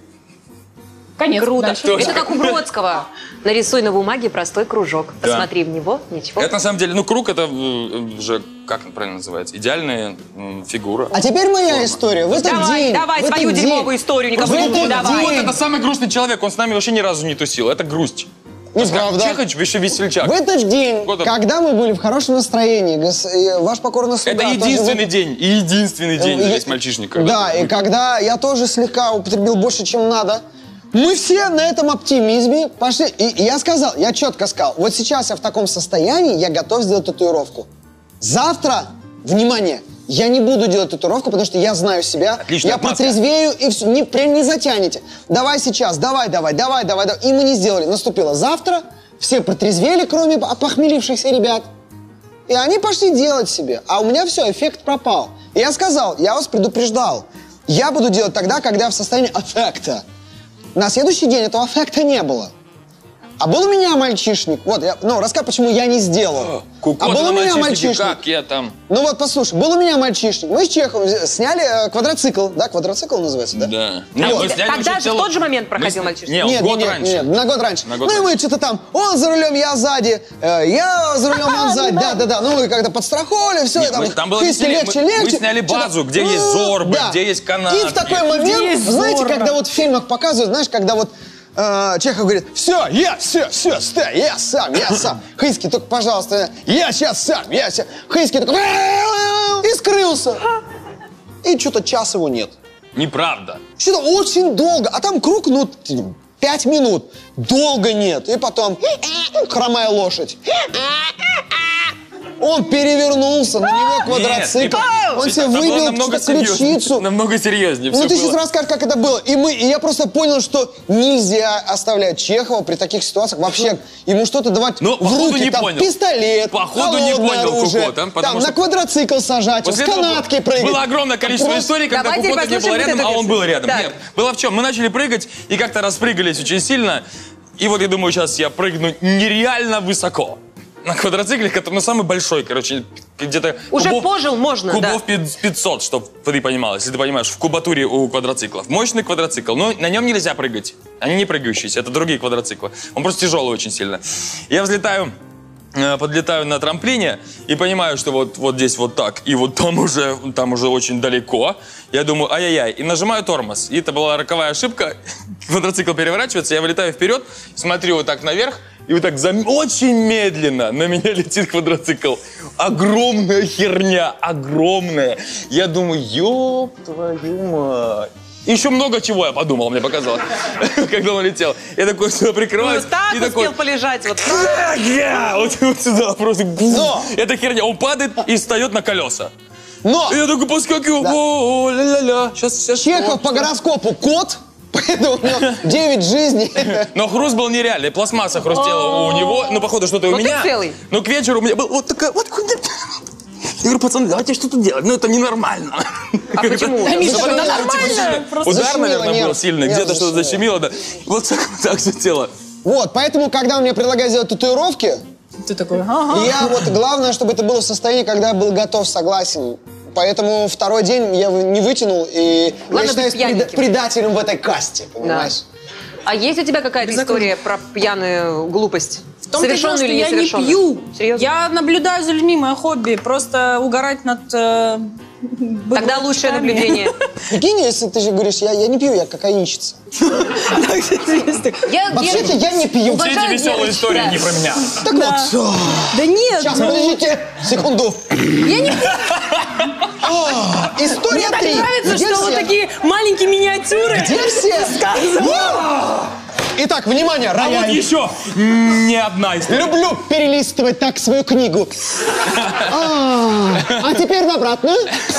Конец. Круто. Дальше. Это как у Бродского. Нарисуй на бумаге простой кружок. Да. Посмотри в него, ничего. Это на самом деле, ну, круг это э, же, как он правильно называется, идеальная м, фигура. А теперь моя история. В этот Давай, день... давай в этот свою день- дерьмовую историю, никому В не этот буду давай. Вот день- это самый грустный человек, он с нами вообще ни разу не тусил. Это грусть. Неправда. Чехоч еще весельчак. В этот день, Вот он. когда мы были в хорошем настроении, гос- и ваш покорный слуга... Это тоже единственный в- день, и единственный день Э, за и- весь мальчишник. Да, и когда я тоже слегка употребил больше, чем надо, мы все на этом оптимизме пошли. И, и я сказал, я четко сказал, вот сейчас я в таком состоянии, я готов сделать татуировку. Завтра, внимание, я не буду делать татуировку, потому что я знаю себя. Отличная я отмазка. протрезвею и все, не, прям не затянете. Давай сейчас, давай, давай, давай, давай, давай. И мы не сделали. Наступило завтра, все протрезвели, кроме опохмелившихся ребят. И они пошли делать себе. А у меня все, эффект пропал. И я сказал, я вас предупреждал. Я буду делать тогда, когда я в состоянии аффекта. На следующий день этого аффекта не было. А был у меня мальчишник. Вот, я, ну, расскажи, почему я не сделал. Кукота а был на у меня мальчишнике, мальчишник. как я там. Ну вот, послушай, был у меня мальчишник. Мы с Чеховым взя- сняли э, квадроцикл. Да, квадроцикл называется, да? Да. А Не, у мы тебя- сняли тогда вообще же в целую- тот же момент Мы проходил сня- мальчишник? Не, Нет, год нет, раньше. нет, на год раньше. На год ну и мы раньше. что-то там, он за рулем, я сзади, э, я за рулем, он сзади, да-да-да. Ну мы как-то подстраховали, все. Нет, мы- там было хысти, веселее. легче, Мы- мы легче. сняли Что-то, базу, где есть ну, зорбы, да. где есть канатки. И в такой момент, есть знаете, зорбы? когда вот в фильмах показывают, знаешь, когда вот э, Чехов говорит, все, я, все, все, стой, я сам, я сам. Хыски, только, пожалуйста, я сейчас сам, я сейчас. Хыски такой, и скрылся. И что-то час его нет. Неправда. Что-то очень долго. А там круг, ну, пять минут. Долго нет. И потом хромая лошадь. Он перевернулся, на него квадроцикл. Нет, Он себе это было выбил намного что-то серьезнее. ключицу. Намного серьезнее Ну все ты было. сейчас расскажешь, как это было. И, мы, и я просто понял, что нельзя оставлять Чехова при таких ситуациях. Вообще, ему что-то давать Ну, в походу, руки. не там понял. пистолет, Походу, не холодное понял оружие, Кукота, потому там, что- на квадроцикл сажать, После с этого канатки прыгать. было огромное количество Просто- историй, когда Давайте Кукота не было послушаем вот рядом, эту а он версию. был рядом. Так. Нет, было в чем? Мы начали прыгать и как-то распрыгались очень сильно. И вот я думаю, сейчас я прыгну нереально высоко. На квадроцикле, который, ну, самый большой, короче, где-то... Уже кубов- пожил, можно, Кубов да. пятьсот, чтобы ты понимал, если ты понимаешь, в кубатуре у квадроциклов. Мощный квадроцикл, но на нем нельзя прыгать. Они не прыгающиеся, это другие квадроциклы. Он просто тяжелый очень сильно. Я взлетаю, э, подлетаю на трамплине и понимаю, что вот, вот здесь вот так, и вот там уже, там уже очень далеко. Я думаю, ай-яй-яй, и нажимаю тормоз. И это была роковая ошибка. Квадроцикл переворачивается, я вылетаю вперед, смотрю вот так наверх, и вот так зам... очень медленно на меня летит квадроцикл. Огромная херня, огромная. Я думаю, ёб твою мать. И еще много чего я подумал, мне показалось, когда он летел. Я такой сюда прикрываюсь. Ну, так и успел такой, полежать. Вот. я! Вот, вот сюда просто. Но! Эта херня. Он падает и встает на колеса. Но И я такой подскакиваю, о, ля-ля-ля, сейчас, сейчас. Чехов по гороскопу кот, поэтому у него девять жизней. Но хруст был нереальный, пластмасса хрустела у него, ну, походу, что-то у Вот ты меня. целый. Но к вечеру у меня был вот такая, вот такой... Я говорю, пацаны, давайте что-то делать, ну, это ненормально. А почему? Да, Миша, Зачем? это Типа, нормально. Просто Удар, Защемило наверное, был нерв. сильный, Нерв где-то что-то защемило. защемило, да. Вот так, так все тело. Вот, поэтому, когда он мне предлагает сделать татуировки, ты такой, ага. я вот, главное, чтобы это было в состоянии, когда я был готов, согласен. Поэтому второй день я его не вытянул, и Главное я считаюсь быть пьяненьким. преда- предателем в этой касте, Да. понимаешь? А есть у тебя какая-то история про пьяную глупость? В том-то и дело, Совершенную что или я не несовершенную? пью. Серьезно? Я наблюдаю за людьми, мое хобби. Просто угорать над... э, Тогда лучшее быдлаками. наблюдение. Прикинь, если ты же говоришь, я, я не пью, я кокаинщица. Так, интересно. Я, Вообще-то я не пью. Уважаю Все эти веселые девочек, истории да. не про меня. Так вот, всё. Да нет, Сейчас, ну, подождите, секунду. я не А, История Мне так три. нравится, Где что вот все? такие маленькие миниатюры. Где все? Итак, внимание, А вот рояль. еще не одна история. Люблю перелистывать так свою книгу. А, а теперь в обратную.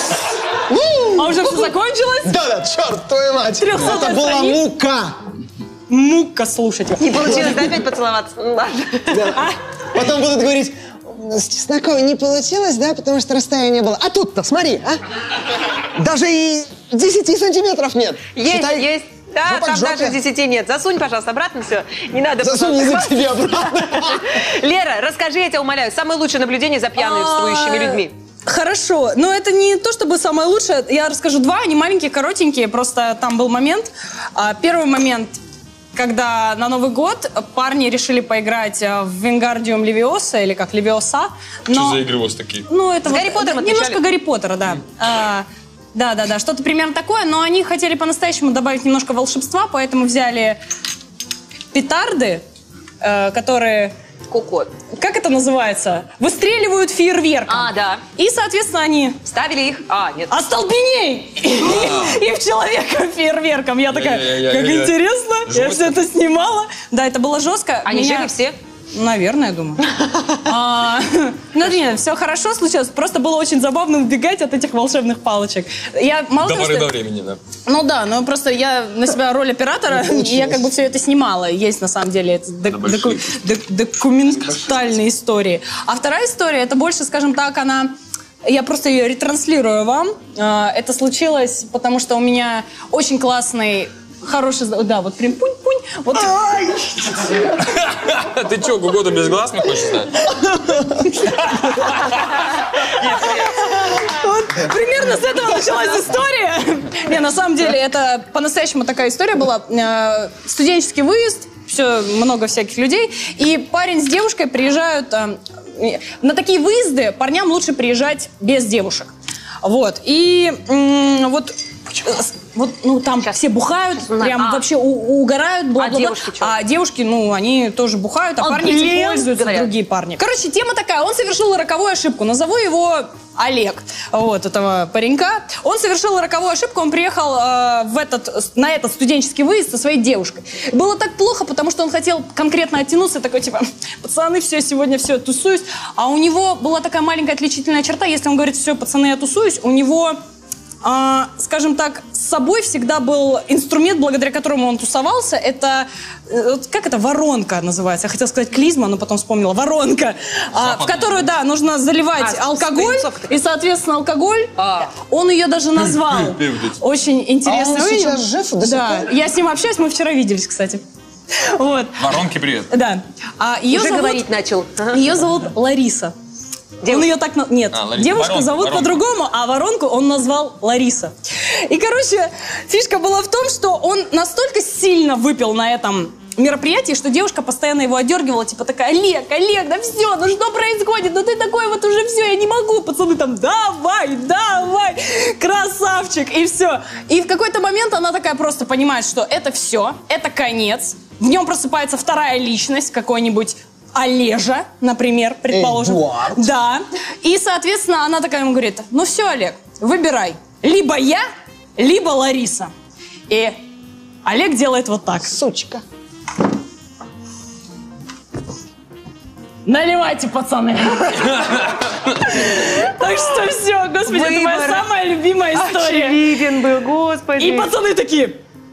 А уже все закончилось? Да-да, черт, твою мать. Трехсотая Это была страница. мука. Мука, слушайте. Не получилось, да, опять поцеловаться? Ну ладно. А? Потом будут говорить, с Чесноковой не получилось, да, потому что расстояния не было. А тут-то, смотри, а. Даже и десяти сантиметров нет. Есть, Считай, есть. Да, жопа к там жопе. даже десяти нет. Засунь, пожалуйста, обратно все. Не надо. Засунь язык себе обратно. Лера, расскажи, я тебя умоляю, самое лучшее наблюдение за пьянствующими людьми. Хорошо, но это не то чтобы самое лучшее. Я расскажу два, они маленькие, коротенькие, просто там был момент. А, Первый момент, когда на Новый год парни решили поиграть а, в Вингардиум Левиоса, или как Левиоса. Что за игры у вас такие? Ну, это С вот- Гарри Поттером Немножко отмечали? Гарри Поттера, да. А, Да, да, да, что-то примерно такое, но они хотели по-настоящему добавить немножко волшебства, поэтому взяли петарды, э, которые, Куко. как это называется, выстреливают фейерверком. А, да. И, соответственно, они Ставили их? А, нет. остолбеней! И в человека фейерверком. Я такая, Я-я-я-я-я. как интересно, я все это снимала. Да, это было жестко. Они Меня- жили все? Наверное, я думаю. А, Ну, нет, все хорошо случилось. Просто было очень забавно убегать от этих волшебных палочек. Я мало До того, поры что... до времени, да. Ну да, но просто я на себя роль оператора, и я как бы все это снимала. Есть на самом деле это док- большие. доку- док- документальные истории. А вторая история, это больше, скажем так, она... Я просто ее ретранслирую вам. А, Это случилось, потому что у меня очень классный, хороший... Да, вот прям пунь-пунь. Вот. Ты что, Гугота без глаз не хочешь стать? Вот примерно с этого началась история. Не, на самом деле, это по-настоящему такая история была. Э, Студенческий выезд, все, много всяких людей. И парень с девушкой приезжают... э, На такие выезды парням лучше приезжать без девушек. Вот. И м, вот... э, Вот, ну, там все бухают, Знаю. прям А. вообще у- угорают, бла-бла-бла. А девушки чё? А девушки, ну, они тоже бухают, а Он парни этим блин, пользуются, говорят. другие парни. Короче, тема такая. Он совершил роковую ошибку. Назову его Олег, вот, этого паренька. Он совершил роковую ошибку. Он приехал э, в этот, на этот студенческий выезд со своей девушкой. Было так плохо, потому что он хотел конкретно оттянуться. Такой, типа, пацаны, все, сегодня все, тусуюсь. А у него была такая маленькая отличительная черта. Если он говорит, все, пацаны, я тусуюсь, у него... А, скажем так, с собой всегда был инструмент, благодаря которому он тусовался. Это, э, вот как это, воронка называется. Я хотела сказать клизма, но потом вспомнила. Воронка, а, в которую, да, нужно заливать А, алкоголь. свинцовка такая. И, соответственно, алкоголь, А. он ее даже назвал. Очень интересно. А он сейчас жив до сих Да, пор? я с ним общаюсь, мы вчера виделись, кстати. Вот, Воронки, привет. да. А ее Уже зовут, говорить начал. Ага. ее зовут Лариса. Он Девушка. ее так... на- Нет, А, Лариса. девушку Воронка, зовут воронка. по-другому, а воронку он назвал Лариса. И, короче, фишка была в том, что он настолько сильно выпил на этом мероприятии, что девушка постоянно его одергивала, типа такая: Олег, Олег, да все, ну что происходит? Ну ты такой вот уже все, я не могу. Пацаны там: давай, давай, красавчик, и все. И в какой-то момент она такая просто понимает, что это все, это конец. В нем просыпается вторая личность, какой-нибудь Олежа, например, предположим. Эдуард. Да. И, соответственно, она такая ему говорит: ну все, Олег, выбирай. Либо я, либо Лариса. И Олег делает вот так. Сучка. Наливайте, пацаны. Так что все, господи, это моя самая любимая история. Очевиден был, господи. И пацаны такие...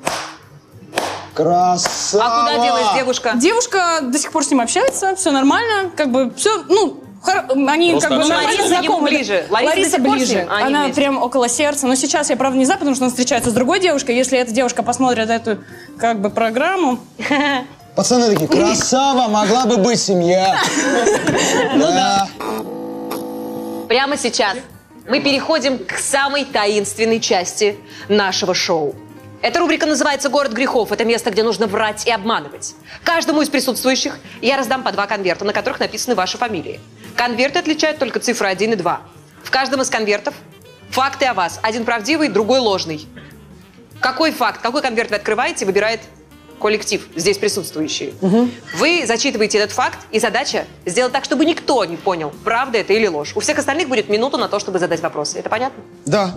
Красава! А куда делась девушка? Девушка до сих пор с ним общается, все нормально, как бы все, ну, хор- они Просто как бы общаются. нормально Лариса ему знакомы. ближе. Лариса Лариса до сих пор с ближе, ним? А, они она вместе. прям около сердца. Но сейчас я, правда, не знаю, потому что она встречается с другой девушкой. Если эта девушка посмотрит эту, как бы, программу... Пацаны такие, красава, могла бы быть семья. Да. Прямо сейчас мы переходим к самой таинственной части нашего шоу. Эта рубрика называется «Город грехов». Это место, где нужно врать и обманывать. Каждому из присутствующих я раздам по два конверта, на которых написаны ваши фамилии. Конверты отличают только цифры один и два. В каждом из конвертов факты о вас. Один правдивый, другой ложный. Какой факт, какой конверт вы открываете, выбирает коллектив, здесь присутствующие. Угу. Вы зачитываете этот факт, и задача сделать так, чтобы никто не понял, правда это или ложь. У всех остальных будет минута на то, чтобы задать вопросы. Это понятно? Да.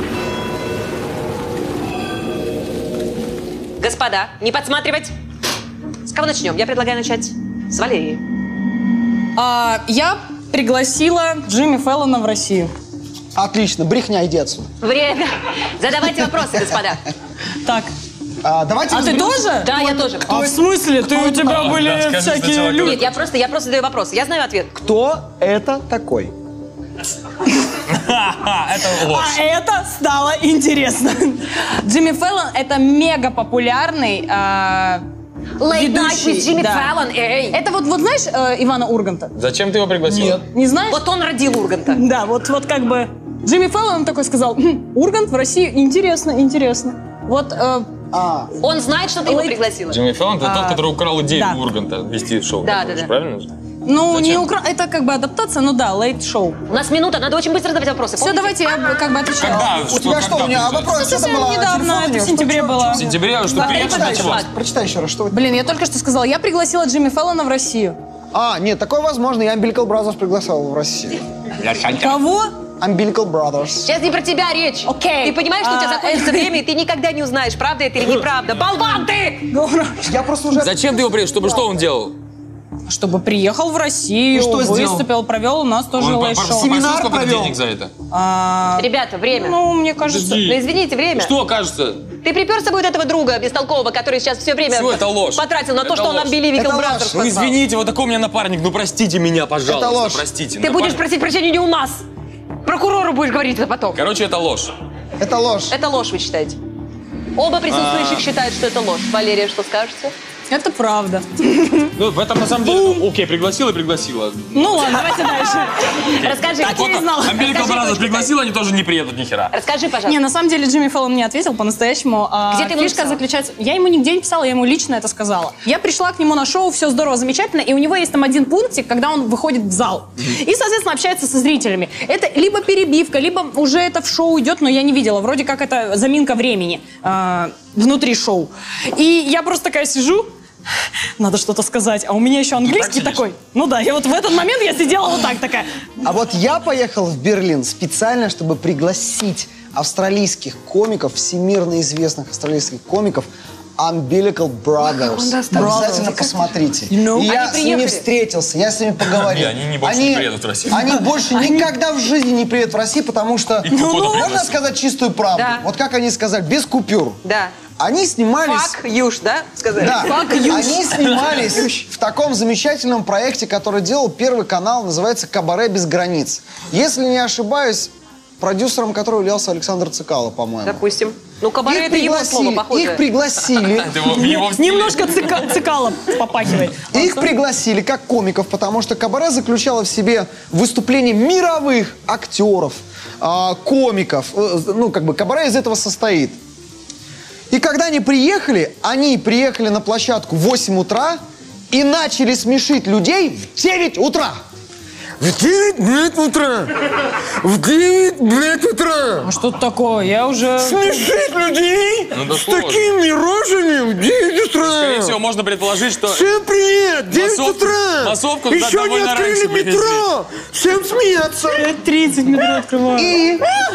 Господа, не подсматривать. С кого начнем? Я предлагаю начать с Валерии. А, я пригласила Джимми Фэллона в Россию. Отлично, брехня, иди отсюда. Время. Задавайте вопросы, господа. Так. А, давайте А ты разберемся. тоже? Да, я тоже. А в смысле? Ты, у тебя Да, были скажи всякие сначала, люди. Нет, я просто, я просто задаю вопросы. Я знаю ответ. Кто это такой? Это ложь. А это стало интересно. Джимми Фэллон — это мега популярный а, Late night ведущий. with Jimmy Да. Fallon, эй. Это вот, вот знаешь э, Ивана Урганта? Зачем ты его пригласил? Нет. Не знаешь? Вот он родил Урганта. Да, вот, вот как бы Джимми Фэллон такой сказал: «Хм, Ургант в Россию, интересно, интересно. Вот, э, А, Он знает, что ты его Late- пригласила. Джимми Фэллон это тот, который украл идею да. у Урганта вести шоу. Да, да, да. Правильно же? ну, не Зачем? укра... это как бы адаптация, ну да, лейт-шоу. У нас минута, надо очень быстро задавать вопросы. Все, помните? давайте я б- как бы отвечаю. Когда? у тебя что, у меня когда вопрос, что там Совсем было? недавно, Телефон у это нее? в сентябре Что- было. В сентябре, что Да, приехал Прочитай еще началось. раз, прочитай еще раз, что вы... Блин, я только что сказала, я пригласила Джимми Фэллона в Россию. А, нет, такое возможно, я Umbilical Brothers пригласил в Россию. Кого? Umbilical Brothers. Сейчас не про тебя речь. Окей. Ты понимаешь, что у тебя А, закончится время, и ты никогда не узнаешь, правда это или неправда. Болван ты! Я просто уже... Зачем ты его приехал? Чтобы что он делал? Чтобы приехал в Россию, И что сделал? выступил, провел у нас тоже Он по- лейт-шоу. попросил Семинар сколько провел. денег за это? А, Ребята, время. ну, мне кажется... Подожди. Ну, извините, время. Что кажется? Ты припер с собой вот этого друга бестолкового, который сейчас все время Всё, это ложь. потратил на то, Это что он ложь. нам Unbelievable Это ложь. Brothers Ну послал. извините, вот такой у меня напарник. Ну простите меня, пожалуйста. Это ложь. Простите. Ты будешь Напарник- просить прощения не у нас. Прокурору будешь говорить это потом. Короче, это ложь. Это ложь. Это ложь, вы считаете? Оба присутствующих А. считают, что это ложь. Валерия, что скажете? Это правда. Ну, в этом на самом деле, ну, окей, пригласила и пригласила. Ну ладно, давайте дальше. Расскажи. Так я и знала. Umbilical Расскажи, Brothers точно. пригласила, они тоже не приедут ни хера. Расскажи, пожалуйста. Не, на самом деле Джимми Фэллон мне ответил по-настоящему. А Где ты ему фишка написала? заключается... Я ему нигде не писала, я ему лично это сказала. Я пришла к нему на шоу, все здорово, замечательно, и у него есть там один пунктик, когда он выходит в зал. И, соответственно, общается со зрителями. Это либо перебивка, либо уже это в шоу идет, но я не видела. Вроде как это заминка времени э, внутри шоу. И я просто такая сижу, надо что-то сказать, а у меня еще английский сидишь? такой. Ну да, и вот в этот момент я сидела вот так такая. А вот я поехал в Берлин специально, чтобы пригласить австралийских комиков, всемирно известных австралийских комиков, Umbilical Brothers. Обязательно посмотрите. know? И я Они с ними приехали? встретился, я с ними поговорил. Не, они не больше не приедут в Россию. Они больше никогда в жизни не приедут в Россию, потому что... Их походу Можно пригласили. сказать чистую правду? Да. Вот как они сказали, без купюр. Да. Они снимались... Фак, Юж, да? Сказали. Да, Fuck you. они снимались в таком замечательном проекте, который делал Первый канал, называется «Кабаре без границ». Если не ошибаюсь, продюсером которого являлся Александр Цикало, по-моему. Допустим. Ну, кабаре Их это его пригласили, слово, похоже. их пригласили, Это его- в его стиле. Немножко цика- цикало попахивает. их пригласили как комиков, потому что кабаре заключало в себе выступление мировых актеров, а, комиков. Э, Ну, как бы кабаре из этого состоит. И когда они приехали, они приехали на площадку в восемь утра и начали смешить людей в девять утра. В девять, блядь, утра! В девять, блядь, утра! А что такое? Я уже... Смешить людей Ну, да с сложно. такими рожами в девять утра! Скорее всего, можно предположить, что... Всем привет! девять Массовку- утра! массовку туда Еще не довольно открыли раньше привезли. метро! Всем смеяться! тридцать метро открываю. И,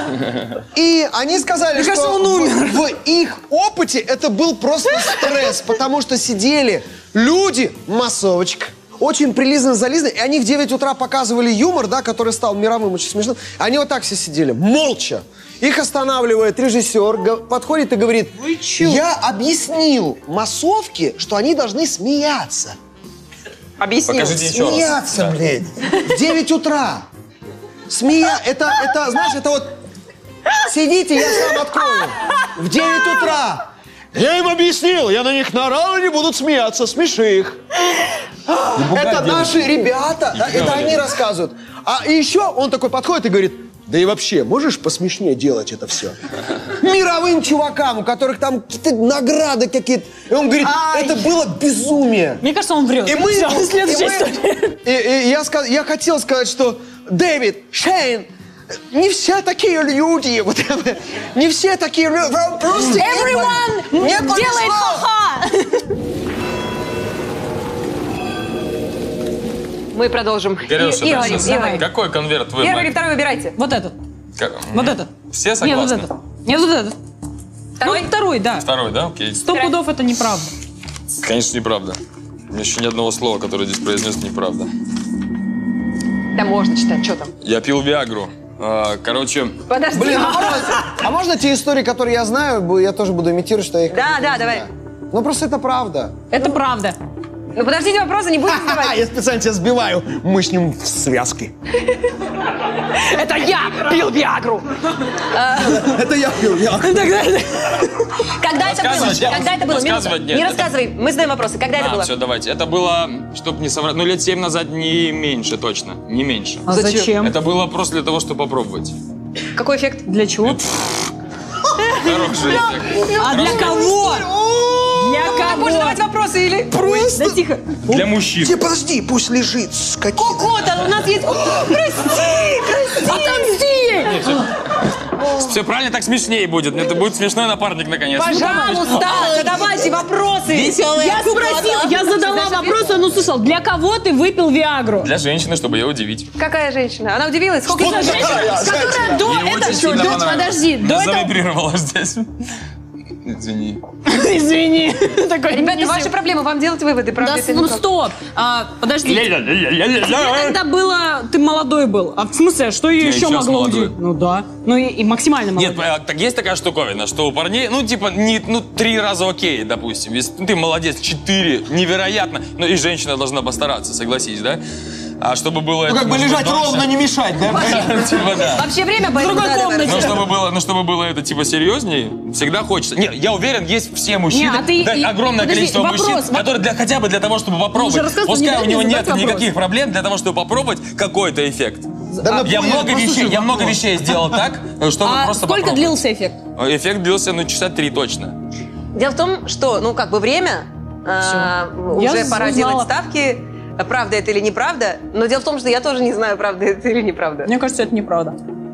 и они сказали, Мне что кажется, он умер. В, в их опыте это был просто стресс, потому что сидели люди, массовочка, очень прилизанно, зализаны, и они в девять утра показывали юмор, да, который стал мировым, очень смешным. Они вот так все сидели, молча. Их останавливает режиссер, го- подходит и говорит, Вы чё? я объяснил массовке, что они должны смеяться. Объяснил. Покажите еще раз. Смеяться, Да. блядь. В девять утра. Смея... Это, это, знаешь, это вот... Сидите, я сам открою. В девять утра. Я им объяснил, я на них наорал, они будут смеяться, смеши их. Это наши ребята, да, это они рассказывают. А еще он такой подходит и говорит, да и вообще, можешь посмешнее делать это все? Мировым чувакам, у которых там какие-то награды какие-то. И он говорит, это было безумие. Мне кажется, он врет. И мы, Всё, и следующая мы- история. и- и я, ска- я хотел сказать, что Дэвид, Шейн, не все такие люди, вот это, не все такие люди. Вам просто не Everyone по- не делает повезло. ха-ха. Мы продолжим. Кирюша, И- да, Игорь, сейчас. Игорь. Какой конверт Первый или выбрать? второй выбирайте. Вот этот. Как- Вот этот. Все Нет, согласны? вот этот. Нет, вот этот. Второй? Ну, второй, да. Второй, да? Окей. Сто пудов это неправда. Конечно, неправда. У меня еще ни одного слова, которое здесь произнес, неправда. Да можно читать, что там. Я пил Виагру. А, Короче, Подожди. Блин, а можно, а можно те истории, которые я знаю, бу- я тоже буду имитировать, что я их... Да, да, давай. Ну, просто это правда. Это правда. Ну подождите, вопросы не будете задавать. я специально тебя сбиваю. Мы с ним в связке. Это я пил Виагру. Это я пил, я. Когда это было? Рассказывать, я- Когда это было? рассказывать Минута. нет, Не это- рассказывай, мы задаем вопросы. Когда это а, было? все, давайте. Это было, чтобы не соврать, ну лет семь назад, не меньше точно, не меньше. А зачем? Это было просто для того, чтобы попробовать. Какой эффект? Для чего? Хороший эффект. А для кого? Для Так больше кого? задавать вопросы или? Да тихо. Для мужчин. Тебе подожди, пусть лежит, скотина. Кота, у нас есть... Прости, прости. Отомсти! Все правильно, так смешнее будет. Это будет смешной напарник наконец. Пожалуйста, задавайте вопросы. Я спросила, я задала вопрос, он услышал. Для кого ты выпил Виагру? Для женщины, чтобы ее удивить. Какая женщина? Она удивилась? Сколько Это лет? женщина, которая до Ей этого... очень сильно до- понравилось. Подожди, до Она этого... завибрировала здесь. Извини. Извини. Такой, Ребята, не ваши сил. проблемы, вам делать выводы, правда? Да, это ну или как? стоп. А, подожди. Когда было, ты молодой был. А в смысле, что ее Я еще сейчас могло молодой. удивить? Ну да. Ну и, и максимально молодой. Нет, а, так есть такая штуковина, что у парней, ну, типа, не, ну, три раза окей, допустим. Если ты молодец, четыре, невероятно. Ну, и женщина должна постараться, согласись, да? А чтобы было... Ну, это, как бы может быть, лежать дольше. ровно, не мешать, да? Типа, да. Вообще время поэтому другой надо комнате. Ну, ворочать. чтобы было, ну, чтобы было это, типа, серьезнее, всегда хочется. Не, я уверен, есть все мужчины, Не, а ты- да, и- огромное подожди, количество вопрос, мужчин, воп- которые для, хотя бы для того, чтобы попробовать, уже рассказывал, не пускай дай у мне него задать нет вопрос. никаких проблем, для того, чтобы попробовать какой-то эффект. Да мы Я поняли, много послушай вещей, я много вопрос. вещей сделал так, чтобы А просто сколько попробовать. длился эффект? Эффект длился, ну, часа три точно. Дело в том, что, ну, как бы время, а, Я уже пора узнала. делать ставки, правда это или неправда. Но дело в том, что я тоже не знаю, правда это или неправда. Мне кажется, это неправда.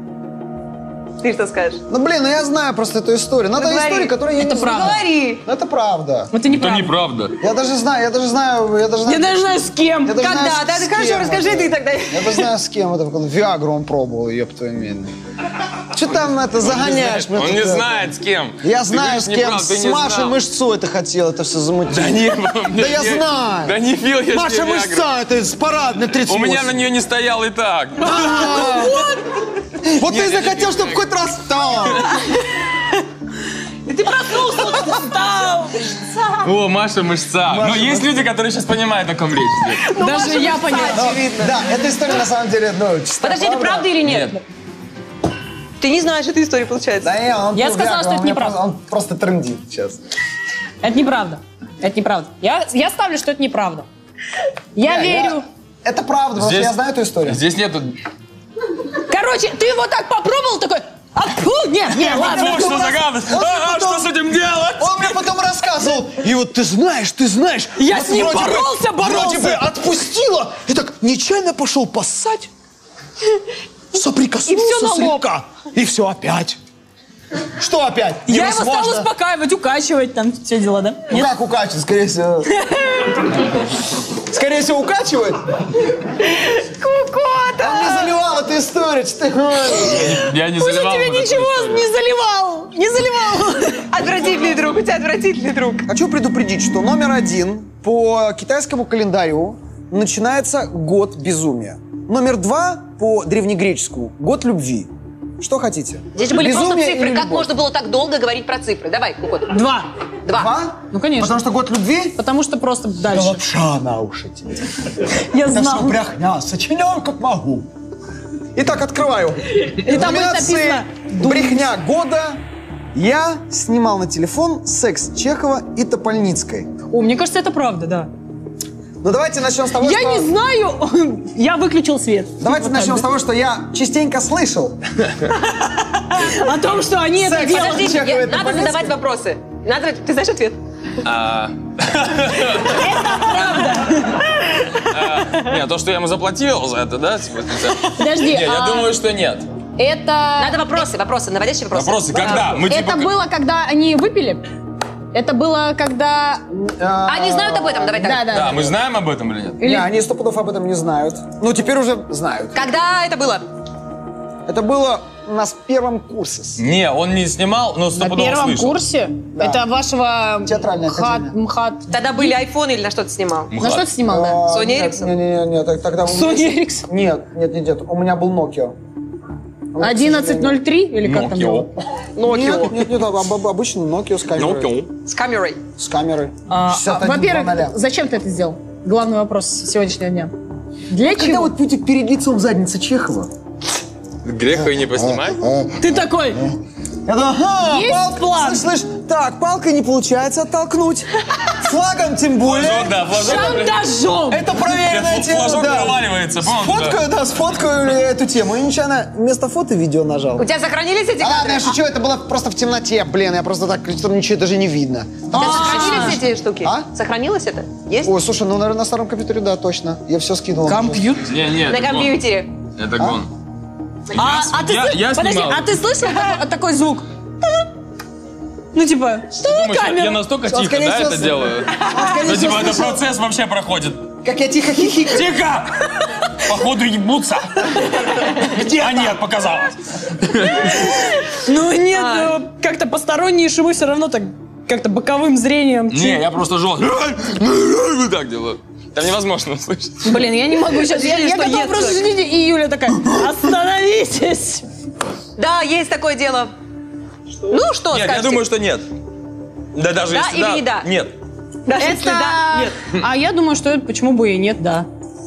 Ты что скажешь? Ну, блин, ну я знаю просто эту историю. Надо Ну, говори. историю, которую я Это не правда. знаю. Говори. Ну, это правда. Это Это неправда. неправда. Я даже знаю, я даже знаю, я даже знаю. Я даже знаю с кем. Я даже Когда? знаю, Да, с ты хорошо, кем расскажи это. ты тогда. Я даже знаю, с кем это. Виагру он пробовал, ёб твою медь. Че там это загоняешь? Он меня не тут это? знает, с кем. Я Ты знаю, говоришь с кем. неправду, ты С не Машей знал. Мышцу это хотел, это все замутить. Да не, Да я знаю. Да не пил я Маша себе Виагру. Мышца, это из парадной тридцать У восемь. меня на нее не стоял и так. Вот Нет, ты я захотел, не чтобы пил. хоть раз стал. Ты проснулся, вот ты встал. О, Маша мышца. Но есть люди, которые сейчас понимают, о ком речь идет. Даже я поняла. Да, эта история на самом деле, ну, чисто Подожди, это правда или нет? Нет. Ты не знаешь эту историю, получается? Да не, он Я пил сказала, Виагру, что он это меня неправда. просто- Он просто трендит сейчас. Это неправда. Это неправда. Я, я ставлю, что это неправда. Я Не, верю. я- Это правда, потому что Здесь- я знаю эту историю. Здесь нету... Короче, ты вот так попробовал, такой... А, фу, нет, нет, ладно. Фу, что за гадость? Он мне А, потом- что с этим делать? Он мне потом рассказывал, и вот ты знаешь, ты знаешь. Я вот с ним вроде бы- боролся, боролся. Вроде бы отпустила, и так нечаянно пошел поссать, соприкоснулся И всё на лоб. слегка, и все опять. Что опять? Я его стала Невозможно. успокаивать, укачивать, там все дела, да? Ну Нет? как укачивает, скорее всего. Скорее всего, укачивает. Кукота! Он не заливал эту историю, что ты говоришь. Я не Уже заливал тебе вот эту ничего историю. не заливал, не заливал. Отвратительный друг, у тебя отвратительный друг. Хочу предупредить, что номер один по китайскому календарю начинается год безумия. Номер два по древнегреческому – год любви. Что хотите? Здесь же были Безумие просто цифры. или Как любовь? можно было так долго говорить про цифры? Давай, Кукот. Два. Два. Два? Ну, конечно. Потому что год любви? Потому что просто дальше. лапша на уши тебе. Я Это знал. все брехня, сочиняю как могу. Итак, открываю. И там будет Номинации написано «Брехня года». Я снимал на телефон секс Чехова и Топольницкой. О, мне кажется, это правда, да. Ну давайте начнем с того, Я что... не знаю. Я выключил свет. Давайте Вот начнем так, с того, что я частенько слышал. да. О том, что они это Секс. делают. Подожди, Чехова, я- это надо полезно? задавать вопросы. Надо, ты знаешь ответ? А. А, Нет, то, что я ему заплатил за это, да? типа, это- Подожди, Не, я а думаю, что нет. это... Надо вопросы, вопросы, наводящие вопросы. Вопросы, когда? Мы Это типа... было, когда они выпили? Это было, когда... Они знают об этом, давай так. Да, да. Да, мы знаем об этом или нет? Или- Не, они сто пудов об этом не знают. Ну, теперь уже знают. Когда это было? Это было у нас в первом курсе. Не, он не снимал, но На стопудово первом слышал. курсе? Это вашего... Театральная МХАТ, академия. МХАТ. Тогда были айфоны или на что ты снимал? На что ты снимал, да? А, Sony нет, Ericsson? Не, не, не, не, так- тогда... у меня- Sony Ericsson? Нет, нет, нет, нет, у меня был Nokia. одиннадцать ноль три или как там было? Nokia. Нет, нет, нет, об- об- обычный Nokia с камерой. Nokia. С камерой. С камерой. А, шестьдесят а, один Во-первых, два ноля. зачем ты это сделал? Главный вопрос сегодняшнего дня. Для Когда чего? вот будете перед лицом задницы Чехова, Греха и не поснимай. Ты такой... я думаю, ага, Есть палка, план? слышь, слышь, так, палкой не получается оттолкнуть, флагом тем более. Флажок, да, флажок. Шантажом! Это проверенная Фл- тема, Флажок да. проваливается, помнишь? да? Сфоткаю, да, сфоткаю эту тему. И нечаянно вместо фото видео нажал. У тебя сохранились эти А ладно, кадры? я шучу, это было просто в темноте, блин, я просто так, что ничего даже не видно. У тебя сохранились эти штуки? А? Сохранилось это? Есть? Ой, слушай, ну, наверное, на старом компьютере, да, точно. Я все скинул. Компьютер. Не, не, На это гон. компьютере. Это гон. А, а ты, я- слыш- я подожди, снимал. а ты слышал такой, такой звук? Ну, типа, что Думаешь, я, камера? я настолько Он, тихо, скорее да, всего, это с- делаю? скорее Ну, всего, типа, это слышал. процесс вообще проходит. Как я тихо хихикаю. Тихо! Походу ебутся. Где? А нет, показалось. Ну, нет, ну, как-то посторонние шумы все равно так, как-то боковым зрением. Не, я просто жестко. Вот так делаю. Там невозможно услышать. Блин, я не могу сейчас. Я, Видишь, я что готова нет просто человека. ждите, и Юля такая, остановитесь. Да, есть такое дело. Ну что, Нет, я скажете? думаю, что нет. Да даже Да если или да. не да? Нет. Даже если да, нет. А я думаю, что это почему бы и нет, да.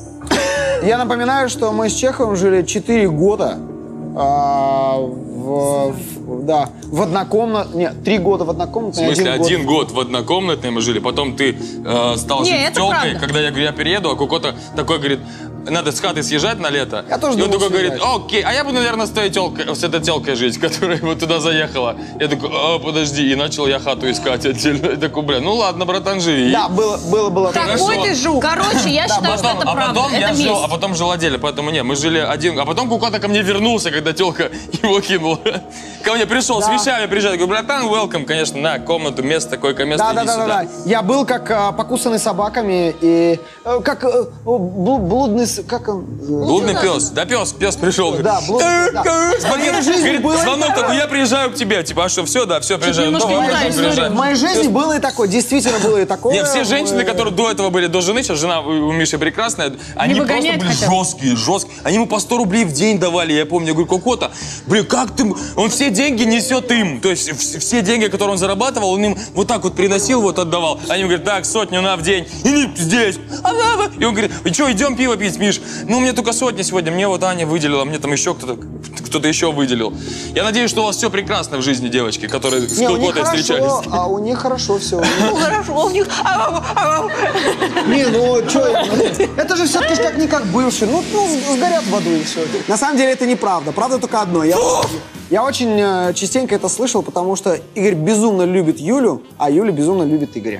Я напоминаю, что мы с Чеховым жили четыре года а, в, в- да, в однокомнатной... Нет, три года в В однокомнатной, смысле, один, один год в однокомнатной мы жили, потом ты э, стал Не, жить с это тёлкой, правда. когда я говорю, я перееду, а Кукота такой говорит, надо с хаты съезжать на лето. Я тоже И он думал такой говорит, съезжать. окей, а я буду, наверное, с, той тёлкой, с этой тёлкой жить, которая вот туда заехала. Я такой, а, подожди, и начал я хату искать отдельно. Я такой, бля, ну ладно, братан, живи. Да, было, было, было. Такой Хорошо. ты жук. Короче, я считаю, что Потом- это а правда. потом я Это жил, месть. а потом жил отдельно, поэтому не, мы жили один, а потом Кукота ко мне вернулся, когда тёлка его кинула. Ко мне пришел с вещами, приезжал, я говорю, братан, welcome, конечно, на комнату, место, койко-место, Да, иди да, да, сюда. да, да. Я был как а, покусанный собаками и э, как э, блу- блудный, с- как он? э, Блудный пес. Да, пес, пес пришел. Да, блудный, да. В моей жизни Говорит, было- звонок такой, я приезжаю к тебе. Типа, а что, все, да, все, приезжаю. немножко Давай, не та потом история. приезжаю. В моей жизни было и такое, действительно было и такое. Нет, все женщины, Э, которые до этого были до жены, сейчас жена у у Миши прекрасная, они просто выгонять были хотят? жесткие, жесткие. Они ему по сто рублей в день давали. Я помню, я говорю, Кокота, блин, как ты... Он все деньги несет им. То есть вс- все деньги, которые он зарабатывал, он им вот так вот приносил, вот отдавал. Они ему говорят, так, сотню на в день. И не здесь. А, а, а. И он говорит, и что, идем пиво пить, Миш? Ну, мне только сотня сегодня. Мне вот Аня выделила, мне там еще кто-то кто-то еще выделил. Я надеюсь, что у вас все прекрасно в жизни, девочки, которые с Не, у них Кокотой хорошо, встречались. а у них хорошо все. Ну хорошо, у них... ау, ау. Не, ну что, это же все-таки как-никак бывший. Ну, ну, сгорят в аду и все. На самом деле это неправда. Правда только одно. Я, я очень э, частенько это слышал, потому что Игорь безумно любит Юлю, а Юля безумно любит Игоря.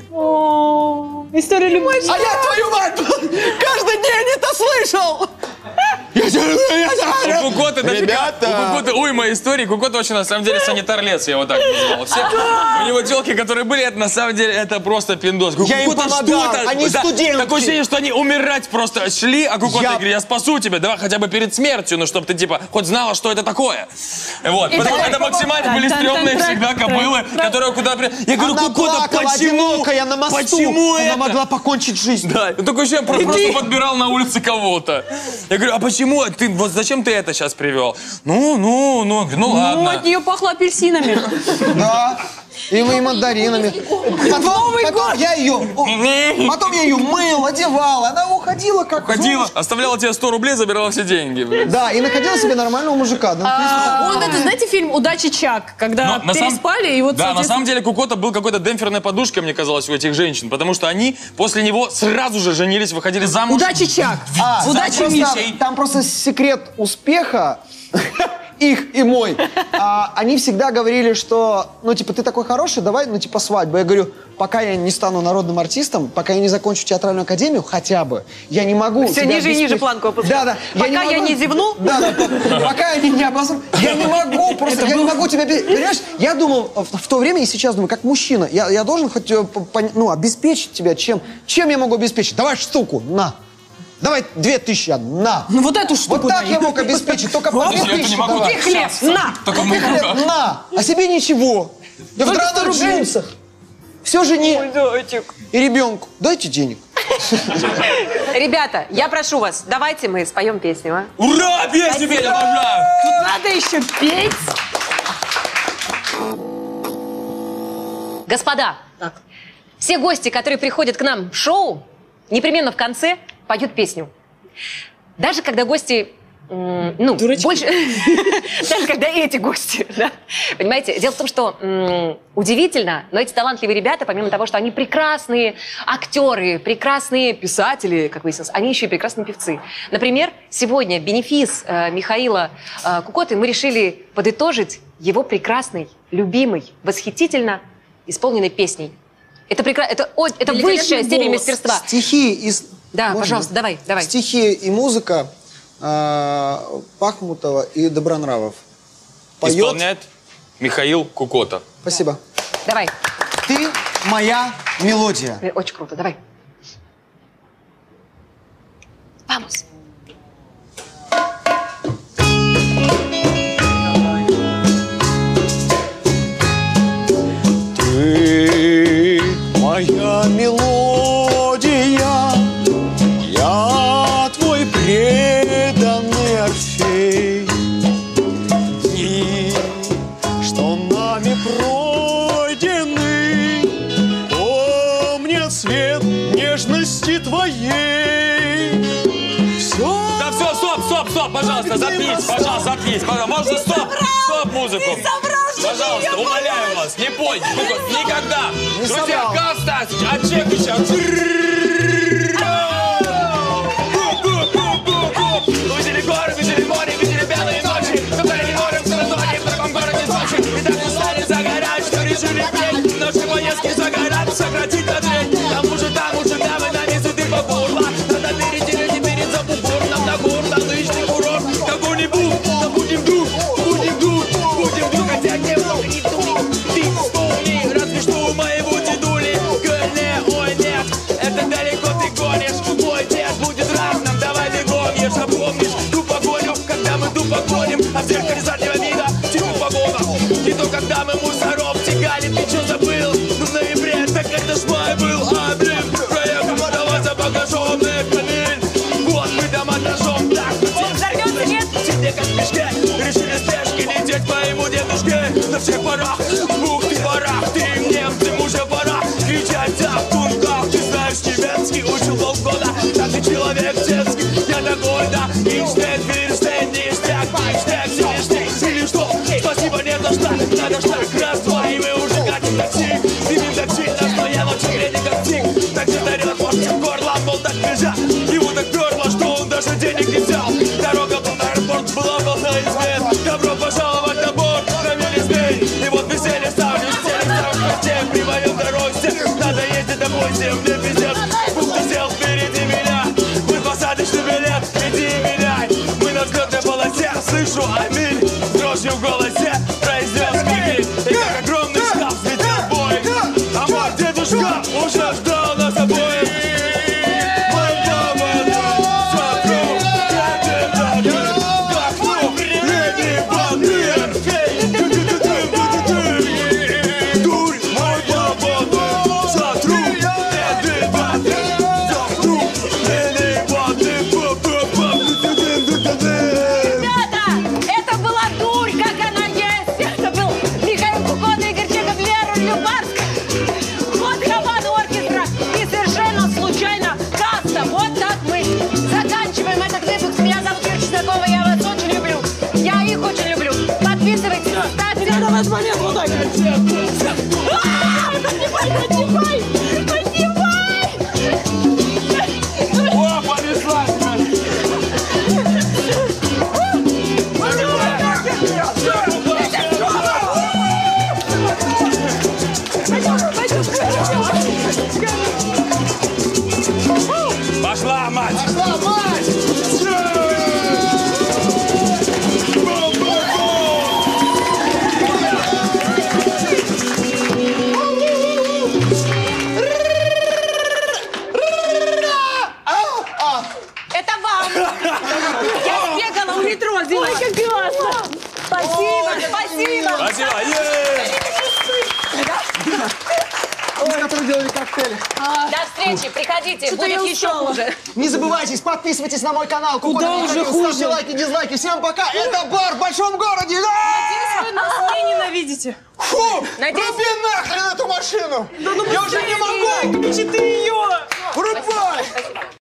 О, история любви. А я, твою мать, каждый день это слышал! Я У Кукоты дофига, у Кукоты уйма историй. Кукота очень, на самом деле, санитар-лец, я его так называл. Все, у него телки, которые были, это на самом деле, это просто пиндос. Я им помогал, они студентки. Такое ощущение, что они умирать просто шли, а Кукота говорит, я спасу тебя, давай хотя бы перед смертью, ну, чтобы ты, типа, хоть знала, что это такое. Вот, потому что это максимально были стрёмные всегда кобылы, которые куда... Я говорю, Кукота, почему? На мосту. Почему это? Она могла покончить жизнь. Да, такое ощущение, просто, просто подбирал на улице кого-то. Я говорю, а почему? Ты, вот зачем ты это сейчас привел? Ну, ну, ну, ну ладно. Ну, от нее пахло апельсинами. Да. И мы мандаринами. Потом, потом я ее, потом я ее мыл, одевал, она уходила как Уходила, оставляла тебе сто рублей, забирала все деньги. Блин. Да, и находила себе нормального мужика. Да, Вот это, знаете, фильм «Удачи, Чак», когда Но на самом- переспали, и вот, Да, на соответственно, самом деле Кукота был какой-то демпферной подушкой, мне казалось, у этих женщин, потому что они после него сразу же женились, выходили замуж. «Удачи, Чак», А, «Удачи, там Миша». просто, там просто секрет успеха их и мой. А, они всегда говорили, что, ну, типа, ты такой хороший, давай, ну, типа, свадьбу. Я говорю, пока я не стану народным артистом, пока я не закончу театральную академию, хотя бы, я не могу... Все тебя ниже и ниже обеспечить. планку опускать. Да, да. Пока я могу- не зевнул? Да, да. Пока я не, не обосру. Я не могу просто, я не могу тебя... обе- Понимаешь, я думал в, в то время и сейчас думаю, как мужчина, я, я должен хоть, э, по- пон- ну, обеспечить тебя чем? Чем я могу обеспечить? Давай штуку, на. Давай две тысячи, на. Ну вот эту штуку Вот так дай. я мог обеспечить, только по две Я это не тысячи могу давай. так. Хлеб, на! Только Ты мы- хлеб, на, а себе ничего. Я в Только сто драных рублей. джинсах. Все жене и ребенку. Дайте денег. Ребята, я прошу вас, давайте мы споем песню, а? Ура, песню петь, обожаю! Тут надо еще петь. Господа, все гости, которые приходят к нам в шоу, непременно в конце поют песню. Даже когда гости, м, ну, Дурачки. больше... Даже когда эти гости, да. Понимаете, дело в том, что м, удивительно, но эти талантливые ребята, помимо того, что они прекрасные актеры, прекрасные писатели, как выяснилось, они еще и прекрасные певцы. Например, сегодня бенефис э, Михаила э, Кукоты мы решили подытожить его прекрасной, любимой, восхитительно исполненной песней. Это, прекра... это, о- это высшая степень голос. мастерства. Стихи и... с- Да, Можно? пожалуйста, давай, давай. Стихи и музыка э, Пахмутова и Добронравов. Поет... Исполняет Михаил Кукота. Спасибо. Давай. Ты моя мелодия. Э, Очень круто, давай. Vamos. Ты моя мелодия, я твой преданный Орфей. Дни, что нами пройдены, помнят свет нежности твоей. Все. Да все, стоп, стоп, стоп, пожалуйста, заткнись, пожалуйста, заткнись, пожалуйста. Можно стоп, стоп музыку. Пожалуйста, умоляю вас, не пой, никогда. Друзья, собрал. Карл Стасич, отчекивайся. Видели горы, видели море, видели белые ночи. Говорили морем, в Саратове, в другом городе Сочи. И так не стали загорать, что решили петь. Наши поездки загорать, сократить на треть. Там уже, там уже, там и нами сюда по горло. Надо верить или не верить за бугор. Нам на гор, на лыжный курорт. Какой-нибудь, да будем дух, будем дух, будем дух. Хотя не было и тут, ты вспомни. Разве что у моего дедули. Гольне, ой, нет, это далеко ты гонишь. Мой дед будет рад нам, давай бегом, ешь, помнишь ту погоню, когда мы ту погоним. А в зеркале заднего вида тьму погона. И то, когда мы мусоров тягали, ты что забыл? Ну в ноябре, так это ж май был, а блин, проехал подаваться багажом, эх, блин. Вот мы там отражем, так, Взорвётся, нет? тебе как в мешке, решили спешки лететь по моему дедушке. На всех парах, бух ты барах, ты им немцам уже пора кричать так в тунках. Ты знаешь немецкий, учил полгода, так ты человек детский, я такой, да. Инштейн, Ферштейн, ништяк, Майштейн, Селештейн, или что? Спасибо, не за что, надо ж так, раз, два, и мы уже катим такси. Дымим такси, на что я ночью грени как тик. Такси дарет, может, в горло, мол, так нельзя. Его так перло, что он даже денег не взял. Дорога был на аэропорт, была полна измен. Добро пожаловать на борт, на велосипед. И вот веселье ставлю, стелек ставлю в постель. При моем дороге, надо ездить домой, всем мне пиздец. Пусть ты сел впереди меня, мы посадочный билет, иди и меняй. Мы на Обалденно. Ой, как классно. Спасибо, спасибо. Спасибо. Е-е-е. Те, которые делали коктейли. До встречи, приходите, Что-то я будет еще устала. хуже. Не забывайтесь, подписывайтесь на мой канал. Куда Куда уже уже хуже? Ставьте лайки, дизлайки. Всем пока. Это бар в большом городе. Да! Вы нас не ненавидите. Фу! Надеюсь- Руби нахрен эту машину! Да ну Я уже не могу! Выключи ты ее! Врубай!